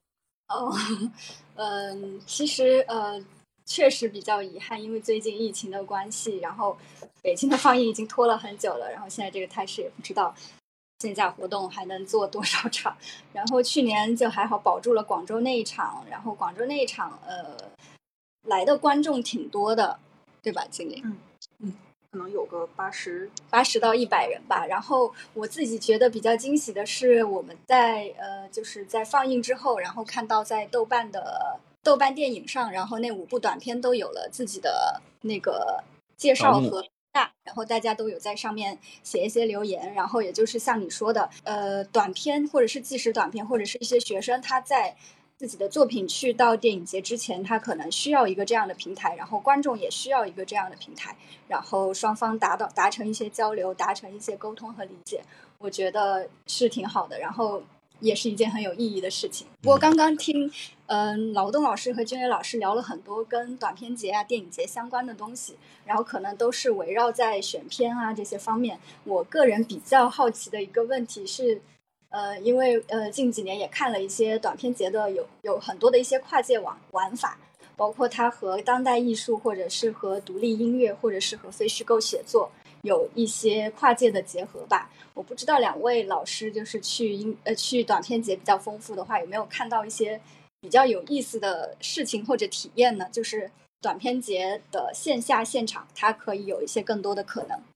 其实确实比较遗憾，因为最近疫情的关系，然后北京的放映已经拖了很久了，然后现在这个态势也不知道线下活动还能做多少场。然后去年就还好保住了广州那一场，然后广州那一场来的观众挺多的，对吧，经理？ 可能有个80 到100人吧。然后我自己觉得比较惊喜的是，我们在就是在放映之后，然后看到在豆瓣电影上，然后那5部短片都有了自己的那个介绍和然后大家都有在上面写一些留言，然后也就是像你说的，短片或者是纪实短片，或者是一些学生他在自己的作品去到电影节之前，他可能需要一个这样的平台，然后观众也需要一个这样的平台，然后双方达成一些交流，达成一些沟通和理解，我觉得是挺好的，然后也是一件很有意义的事情。不过刚刚听劳动老师和君伟老师聊了很多跟短片节啊、电影节相关的东西，然后可能都是围绕在选片啊这些方面。我个人比较好奇的一个问题是，因为近几年也看了一些短片节的有很多的一些跨界玩法，包括它和当代艺术，或者是和独立音乐，或者是和非虚构写作有一些跨界的结合吧。我不知道2位老师就是去短片节比较丰富的话，有没有看到一些比较有意思的事情或者体验呢？就是短片节的线下现场，它可以有一些更多的可能。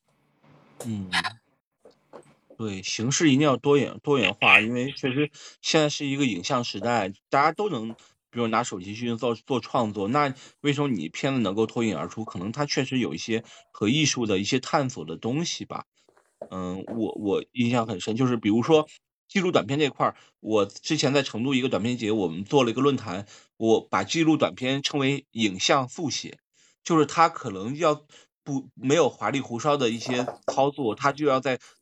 对，形式一定要多元化，因为确实现在是一个影像时代，大家都能，比如拿手机去做创作，那为什么你片子能够脱颖而出？可能它确实有一些和艺术的一些探索的东西吧。我印象很深，就是比如说记录短片这块儿，我之前在成都一个短片节，我们做了一个论坛，我把记录短片称为影像速写，就是它可能没有华丽胡哨的一些操作，它就要在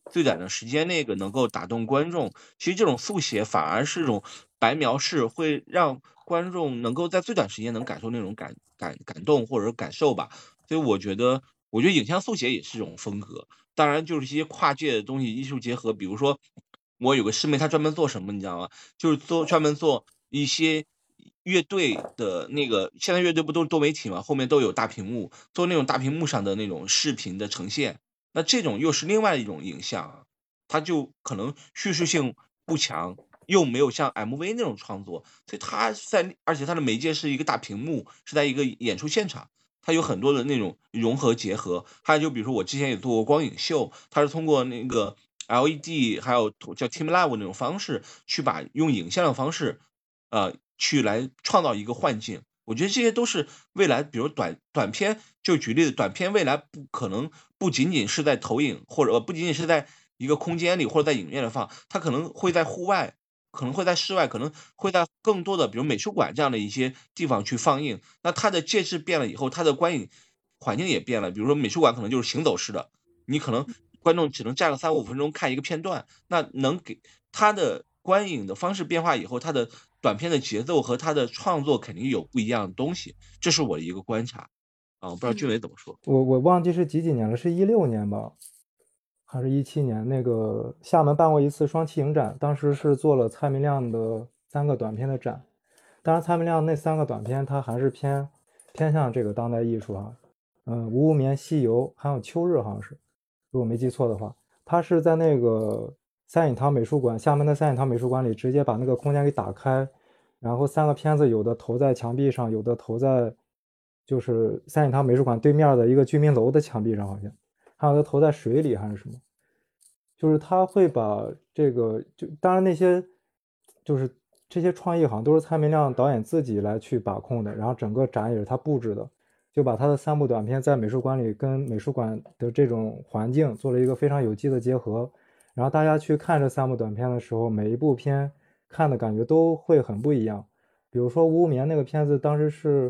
最短的时间内能够打动观众。其实这种速写反而是一种白描式，会让观众能够在最短时间能感受那种感动或者感受吧。所以我觉得影像速写也是一种风格。当然就是一些跨界的东西艺术结合，比如说我有个师妹，她专门做什么你知道吗？就是专门做一些乐队的那个，现在乐队不都是多媒体嘛，后面都有大屏幕，做那种大屏幕上的那种视频的呈现。那这种又是另外一种影像，它就可能叙事性不强，又没有像 MV 那种创作，所以而且它的媒介是一个大屏幕，是在一个演出现场，它有很多的那种融合结合。还有就比如说我之前也做过光影秀，它是通过那个 LED 还有叫 Team Live 那种方式，去用影像的方式，去来创造一个幻境。我觉得这些都是未来，比如短片，就举例子，短片未来可能不仅仅是在投影，或者不仅仅是在一个空间里或者在影院里放，它可能会在户外，可能会在室外，可能会在更多的比如美术馆这样的一些地方去放映。那它的介质变了以后，它的观影环境也变了。比如说美术馆可能就是行走式的，你可能观众只能站个3-5分钟看一个片段，那能给它的观影的方式变化以后，它的短片的节奏和它的创作肯定有不一样的东西，这是我的一个观察啊。我不知道俊伟怎么说。 我忘记是几年了，是16年吧，还是17年？那个厦门办过一次双栖影展，当时是做了蔡明亮的3个短片的展。当然，蔡明亮那3个短片，它还是偏向这个当代艺术啊。无眠、西游还有秋日，好像是，如果没记错的话，他是在那个三影堂美术馆，厦门的三影堂美术馆里直接把那个空间给打开，然后3个片子有的投在墙壁上，有的投在就是三影堂美术馆对面的一个居民楼的墙壁上，好像还有的投在水里还是什么。就是他会把这个，就当然那些就是这些创意好像都是蔡明亮导演自己来去把控的，然后整个展也是他布置的，就把他的3部短片在美术馆里跟美术馆的这种环境做了一个非常有机的结合，然后大家去看这3部短片的时候，每一部片看的感觉都会很不一样。比如说《无无眠》那个片子，当时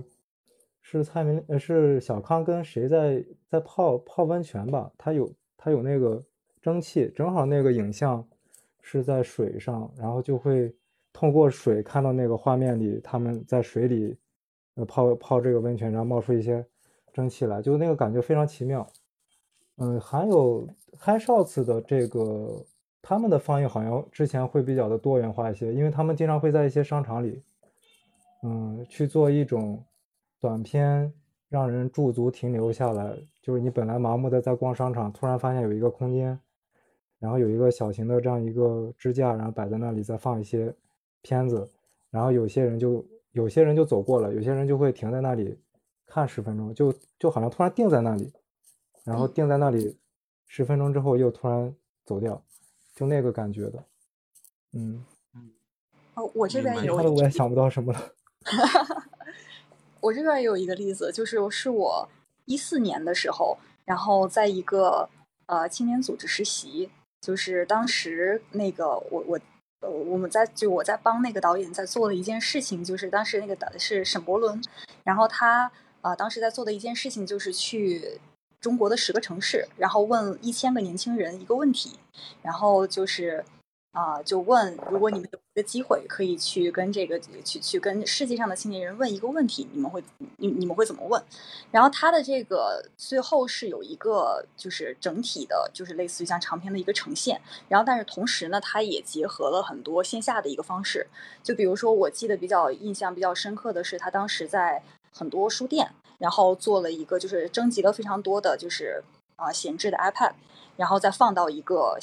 是小康跟谁在泡温泉吧，他有那个蒸汽，正好那个影像是在水上，然后就会通过水看到那个画面里他们在水里泡这个温泉，然后冒出一些蒸汽来，就那个感觉非常奇妙。还有 High Shots 的这个他们的放映好像之前会比较的多元化一些，因为他们经常会在一些商场里去做一种短片，让人驻足停留下来。就是你本来盲目的在逛商场，突然发现有一个空间，然后有一个小型的这样一个支架，然后摆在那里再放一些片子，然后有些人就走过了，有些人就会停在那里看10分钟，就好像突然定在那里，然后定在那里10分钟之后又突然走掉，就那个感觉的。 我这边有， 我也想不到什么了。 我这边也有一个例子，是我14年的时候，然后在一个青年组织实习，就是当时那个我在帮那个导演在做的一件事情，就是当时那个是沈伯伦，然后他当时在做的一件事情就是去中国的10个城市，然后问1000个年轻人一个问题，然后就问，如果你们有一个机会可以去跟去跟世界上的青年人问一个问题，你们会怎么问？然后他的这个最后是有一个就是整体的，就是类似于像长篇的一个呈现。然后但是同时呢，他也结合了很多线下的一个方式。就比如说，我记得印象比较深刻的是，他当时在很多书店，然后做了一个就是征集了非常多的就是闲置的 iPad， 然后再放到一个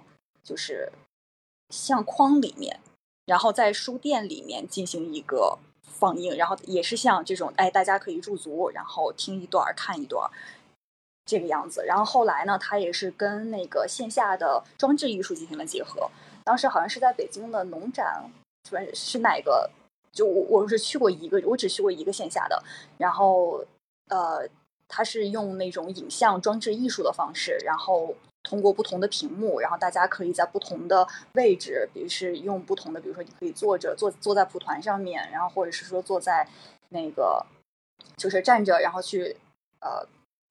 相框里面，然后在书店里面进行一个放映，然后也是像这种大家可以驻足，然后听一段看一段这个样子。然后后来呢，他也是跟那个线下的装置艺术进行了结合。当时好像是在北京的农展，是哪个？就我只去过一个线下的，然后他是用那种影像装置艺术的方式，然后通过不同的屏幕，然后大家可以在不同的位置，比如是用不同的，比如说你可以坐在蒲团上面，然后或者是说坐在那个就是站着，然后去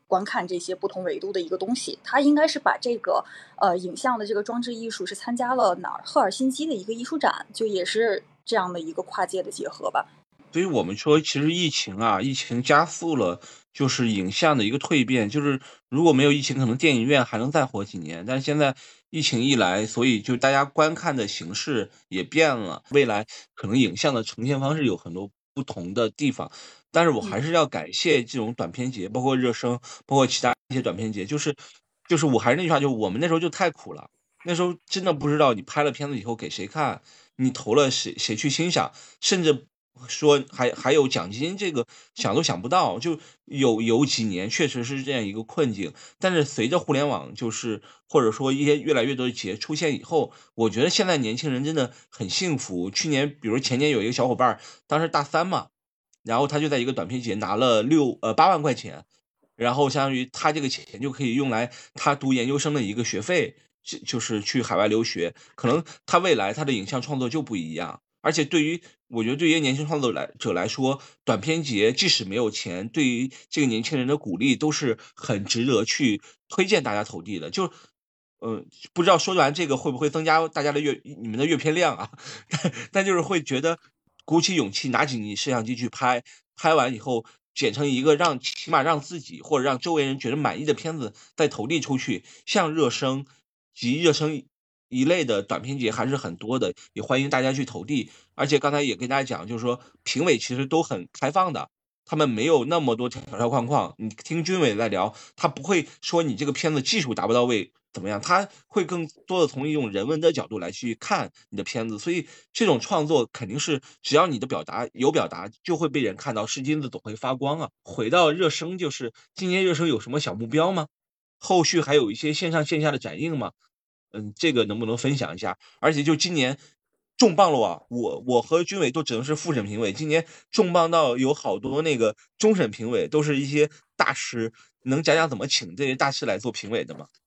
观看这些不同维度的一个东西。他应该是把这个影像的这个装置艺术是参加了赫尔辛基的一个艺术展，就也是这样的一个跨界的结合吧。 所以我们说，其实疫情加速了就是影像的一个蜕变。就是如果没有疫情，可能电影院还能再活几年，但是现在疫情一来，所以就大家观看的形式也变了。未来可能影像的呈现方式有很多不同的地方，但是我还是要感谢这种短片节，包括热声，包括其他一些短片节，就是我还是那句话，就我们那时候就太苦了。那时候真的不知道你拍了片子以后给谁看，你投了谁去欣赏，甚至说还有奖金，这个想都想不到。就有几年确实是这样一个困境，但是随着互联网或者说一些越来越多的节出现以后，我觉得现在年轻人真的很幸福。去年比如前年有一个小伙伴，当时大三嘛，然后他就在一个短片节拿了8万块钱，然后相当于他这个钱就可以用来他读研究生的一个学费，就是去海外留学。可能他未来他的影像创作就不一样。而且我觉得对于年轻创作者来说，短片节即使没有钱，对于这个年轻人的鼓励都是很值得去推荐大家投递的。不知道说完这个会不会增加大家的你们的阅片量啊？但就是会觉得鼓起勇气拿起你摄像机去拍，拍完以后剪成一个起码让自己或者让周围人觉得满意的片子再投递出去。像热声一类的短片节还是很多的，也欢迎大家去投递。而且刚才也跟大家讲，就是说评委其实都很开放的，他们没有那么多条框框。你听军委在聊，他不会说你这个片子技术达不到位怎么样，他会更多的从一种人文的角度来去看你的片子。所以这种创作肯定是只要你的表达，就会被人看到，是金子总会发光啊。回到热声，就是今年热声有什么小目标吗？后续还有一些线上线下的展映吗？这个能不能分享一下？而且就今年重磅了啊！我和军委都只能是复审评委，今年重磅到有好多那个终审评委都是一些大师，能讲讲怎么请这些大师来做评委的吗？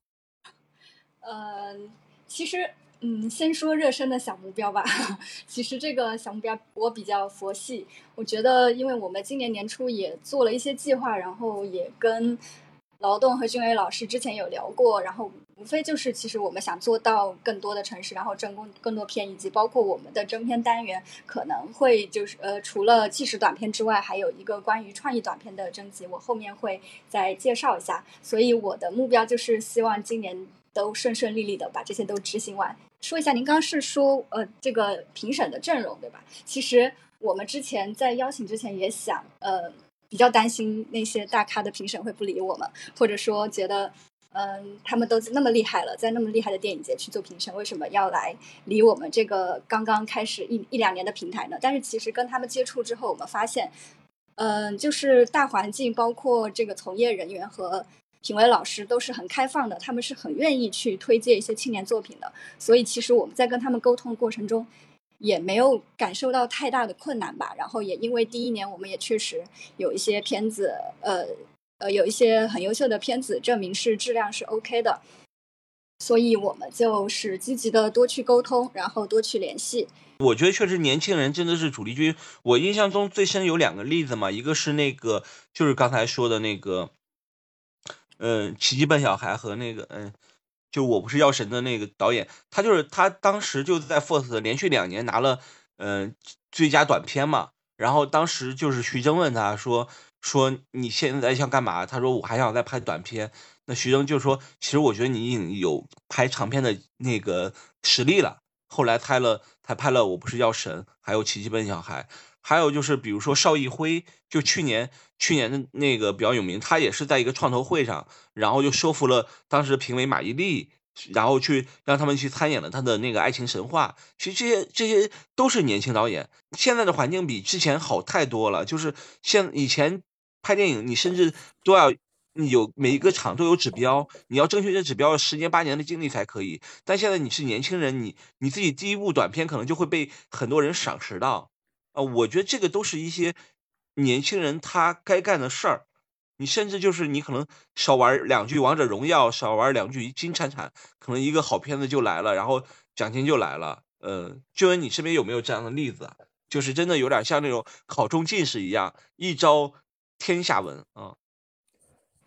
其实先说热身的小目标吧。其实这个小目标我比较佛系，我觉得因为我们今年年初也做了一些计划，然后也跟劳动和军委老师之前有聊过，然后无非就是其实我们想做到更多的城市，然后征工更多片，以及包括我们的征片单元可能会就是除了纪实短片之外，还有一个关于创意短片的征集，我后面会再介绍一下。所以我的目标就是希望今年都顺顺利利的把这些都执行完。说一下，您刚刚是说这个评审的阵容对吧？其实我们之前在邀请之前也想比较担心那些大咖的评审会不理我们，或者说觉得他们都那么厉害了，在那么厉害的电影节去做评审，为什么要来理我们这个刚刚开始一两年的平台呢？但是其实跟他们接触之后，我们发现就是大环境包括这个从业人员和评委老师都是很开放的，他们是很愿意去推荐一些青年作品的。所以其实我们在跟他们沟通的过程中也没有感受到太大的困难吧。然后也因为第一年我们也确实有一些片子有一些很优秀的片子证明是质量是 OK 的，所以我们就是积极的多去沟通，然后多去联系。 我觉得确实年轻人真的是主力军。我印象中最深有2个例子嘛，一个是那个就是刚才说的那个奇迹笨小孩和那个就我不是药神的那个导演，他当时就在 FIRST 连续2年拿了最佳短片嘛。然后当时就是徐峥问他说你现在想干嘛？他说我还想再拍短片。那徐峥就说其实我觉得你已经有拍长片的那个实力了。后来才拍了我不是药神还有奇迹笨小孩。还有就是比如说邵艺辉，就去年的那个比较有名，他也是在一个创投会上，然后就说服了当时评委马伊琍，然后去让他们去参演了他的那个爱情神话。其实这些都是年轻导演。现在的环境比之前好太多了，就是以前拍电影你甚至都要你有每一个场都有指标，你要争取这指标10年8年的精力才可以。但现在你是年轻人，你自己第一部短片可能就会被很多人赏识到。我觉得这个都是一些年轻人他该干的事儿。你甚至就是你可能少玩2句王者荣耀，少玩2句金铲铲，可能一个好片子就来了，然后奖金就来了。就问你身边有没有这样的例子啊？就是真的有点像那种考中进士一样，一招天下闻啊。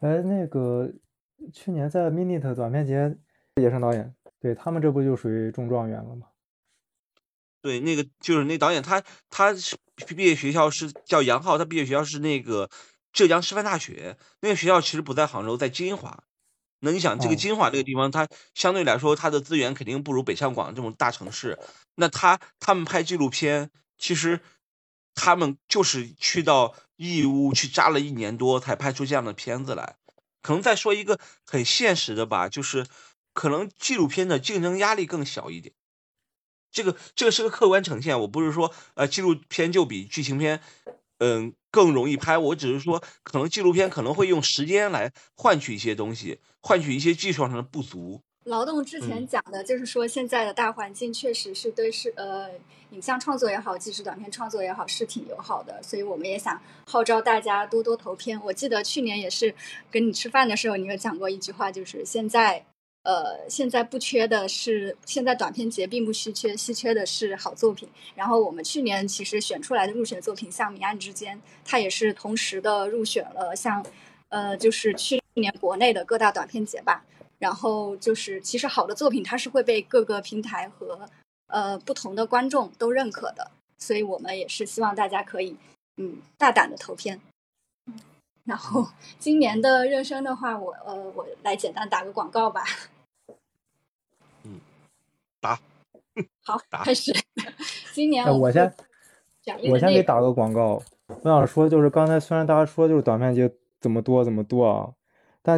哎，那个去年在 Minute 短片节，野生导演，对他们这不就属于中状元了吗？ 对，那个就是那导演他是毕业学校是叫杨浩，他毕业学校是那个浙江师范大学，那个学校其实不在杭州，在金华。那你想，这个哦， 金华这个地方，它相对来说它的资源肯定不如北上广这种大城市。那他们拍纪录片，其实他们就是去到义乌去扎了1年多才拍出这样的片子来。可能再说一个很现实的吧，就是可能纪录片的竞争压力更小一点。这个是个客观呈现，我不是说纪录片就比剧情片更容易拍，我只是说可能纪录片可能会用时间来换取一些东西，换取一些技术上的不足。 劳动之前讲的就是说，现在的大环境确实是对影像创作也好，纪实短片创作也好，是挺友好的，所以我们也想号召大家多多投片。我记得去年也是跟你吃饭的时候，你有讲过一句话，就是现在不缺的是，现在短片节并不稀缺，稀缺的是好作品。然后我们去年其实选出来的入选作品，像《明暗之间》，它也是同时的入选了就是去年国内的各大短片节吧。然后就是其实好的作品它是会被各个平台和不同的观众都认可的，所以我们也是希望大家可以大胆的投片。然后今年的热身的话，我来简单打个广告吧。 打好， 打开始。今年哎，我先展映的内容， 给打个广告。我想说，就是刚才虽然大家说就是短片节怎么多怎么多啊，但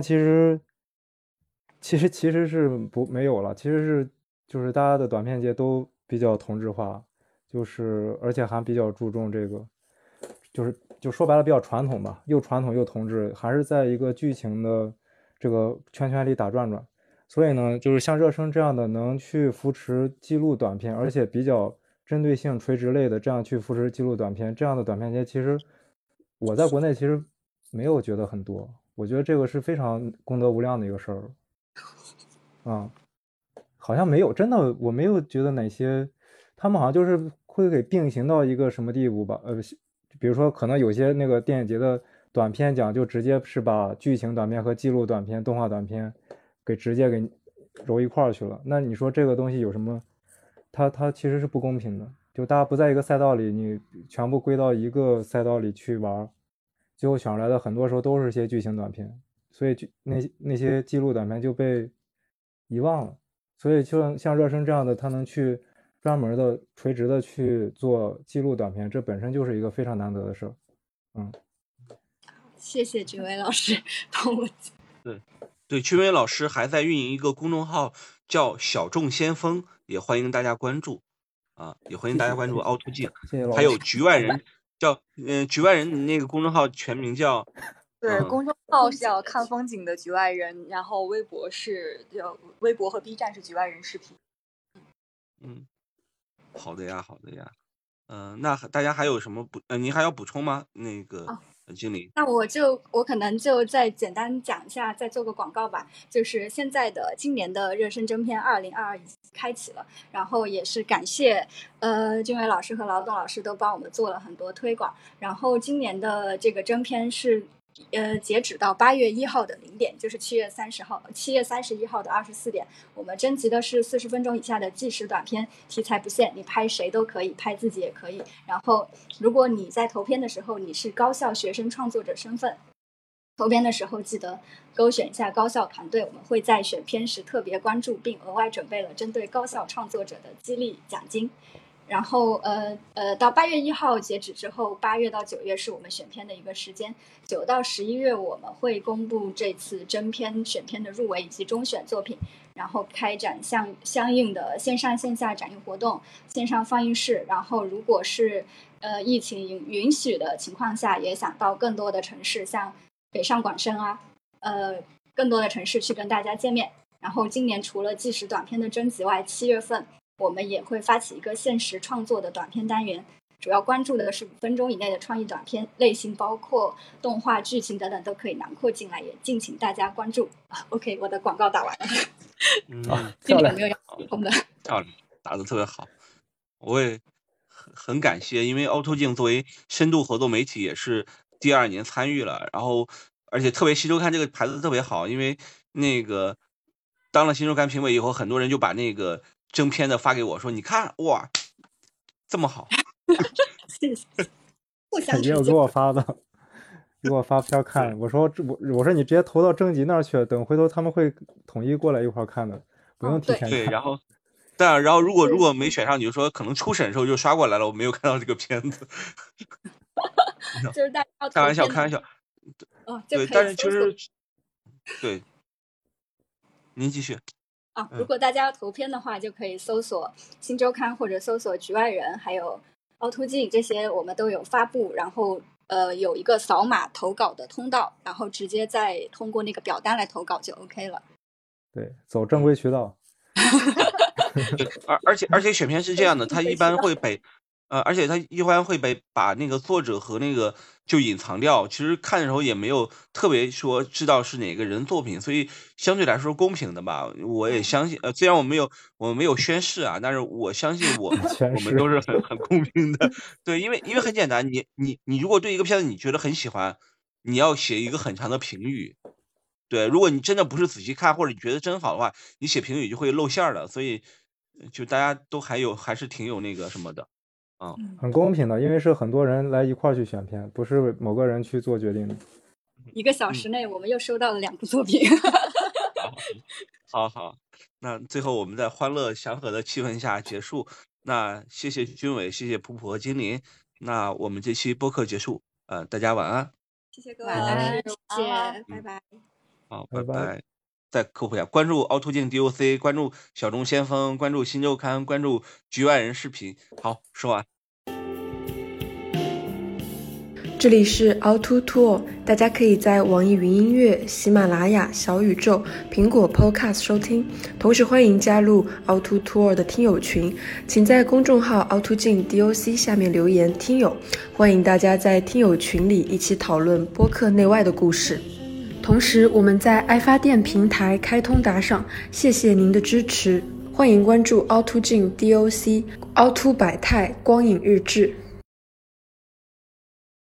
其实是没有了，其实是就是大家的短片节都比较同质化，就是而且还比较注重这个，就说白了比较传统吧，又传统又同质，还是在一个剧情的这个圈圈里打转转。所以呢，就是像热生这样的能去扶持记录短片，而且比较针对性垂直类的这样去扶持记录短片，这样的短片节，其实我在国内其实没有觉得很多，我觉得这个是非常功德无量的一个事儿。啊，好像没有，真的我没有觉得哪些，他们好像就是会给并行到一个什么地步吧？比如说可能有些那个电影节的短片奖就直接是把剧情短片和记录短片、动画短片直接给揉一块儿去了。那你说这个东西有什么？它其实是不公平的，就大家不在一个赛道里，你全部归到一个赛道里去玩，最后选出来的很多时候都是些剧情短片，所以那些记录短片就被遗忘了。所以就像热身这样的，他能去专门的垂直的去做记录短片，这本身就是一个非常难得的事儿。 谢谢君威老师帮我。 对，君威老师还在运营一个公众号叫小众先锋，也欢迎大家关注啊，也欢迎大家关注凹凸镜， 谢谢老师。 还有局外人局外人那个公众号全名叫对，公众号是叫看风景的局外人，然后微博和 B 站是局外人视频。 好的呀，好的呀。那大家还有什么您还要补充吗？那个经理。 那我可能就再简单讲一下，再做个广告吧。就是现在的今年的热身征片2022已经开启了，然后也是感谢君伟老师和劳动老师都帮我们做了很多推广。然后今年的这个征片是截止到8月1号的0点，就是7月31号的24点。我们征集的是40分钟以下的纪实短片，题材不限，你拍谁都可以，拍自己也可以。然后如果你在投片的时候你是高校学生创作者身份，投片的时候记得勾选一下高校团队，我们会在选片时特别关注，并额外准备了针对高校创作者的激励奖金。然后到8月1号截止之后，8月到9月是我们选片的一个时间，9到11月我们会公布这次征片选片的入围以及中选作品，然后开展相应的线上线下展映活动、线上放映室。然后如果是疫情允许的情况下，也想到更多的城市，像北上广深啊，更多的城市去跟大家见面。然后今年除了纪实短片的征集外，7月份我们也会发起一个限时创作的短片单元，主要关注的是5分钟以内的创意短片，类型包括动画、剧情等等都可以囊括进来，也敬请大家关注。OK， 我的广告打完了。 漂亮， 有没有要补充的？ 漂亮，打得特别好。我也很感谢，因为凹凸镜作为深度合作媒体也是第2年参与了，然后而且特别新周刊这个牌子特别好，因为那个当了新周刊评委以后，很多人就把那个正片的发给我说，你看哇这么好。 谢谢，互相也有给我发的，给我发片看。我说你直接投到正极那儿去，等回头他们会统一过来一块儿看的，不用提前看。 对，然后如果没选上，你就说可能初审的时候就刷过来了，我没有看到这个片子。 就是大家要开玩笑。对，但是其实对，您继续。 如果大家要投片的话，就可以搜索新周刊或者搜索局外人，还有凹凸镜，这些我们都有发布，然后有一个扫码投稿的通道，然后直接再通过那个表单来投稿就 OK 了。 对，走正规渠道。 对，而且选片是这样的，他一般会把那个作者和那个就隐藏掉，其实看的时候也没有特别说知道是哪个人作品，所以相对来说公平的吧。我也相信，虽然我们没有宣誓啊，但是我相信我们都是很公平的。对，因为很简单，你如果对一个片子你觉得很喜欢，你要写一个很长的评语。对，如果你真的不是仔细看，或者你觉得真好的话，你写评语就会露馅的，所以就大家都还是挺有那个什么的。 很公平的，因为是很多人来一块儿去选片，不是某个人去做决定的。 1个小时内我们又收到了2部作品。 好，那最后我们在欢乐祥和的气氛下结束。那谢谢军委，谢谢普普和精灵。那我们这期播客结束，大家晚安。 谢谢各位老师，谢谢，拜拜。 好，拜拜。再科普一下，关注凹凸镜 DOC， 关注小众先锋，关注新周刊，关注局外人视频。好，说完。 这里是凹凸 Tour， 大家可以在网易云音乐、喜马拉雅、小宇宙、苹果 Podcast 收听，同时欢迎加入凹凸 Tour 的听友群，请在公众号凹凸镜 DOC 下面留言听友，欢迎大家在听友群里一起讨论播客内外的故事。同时我们在爱发电平台开通打赏，谢谢您的支持，欢迎关注凹凸镜 DOC， 凹凸百态光影日志。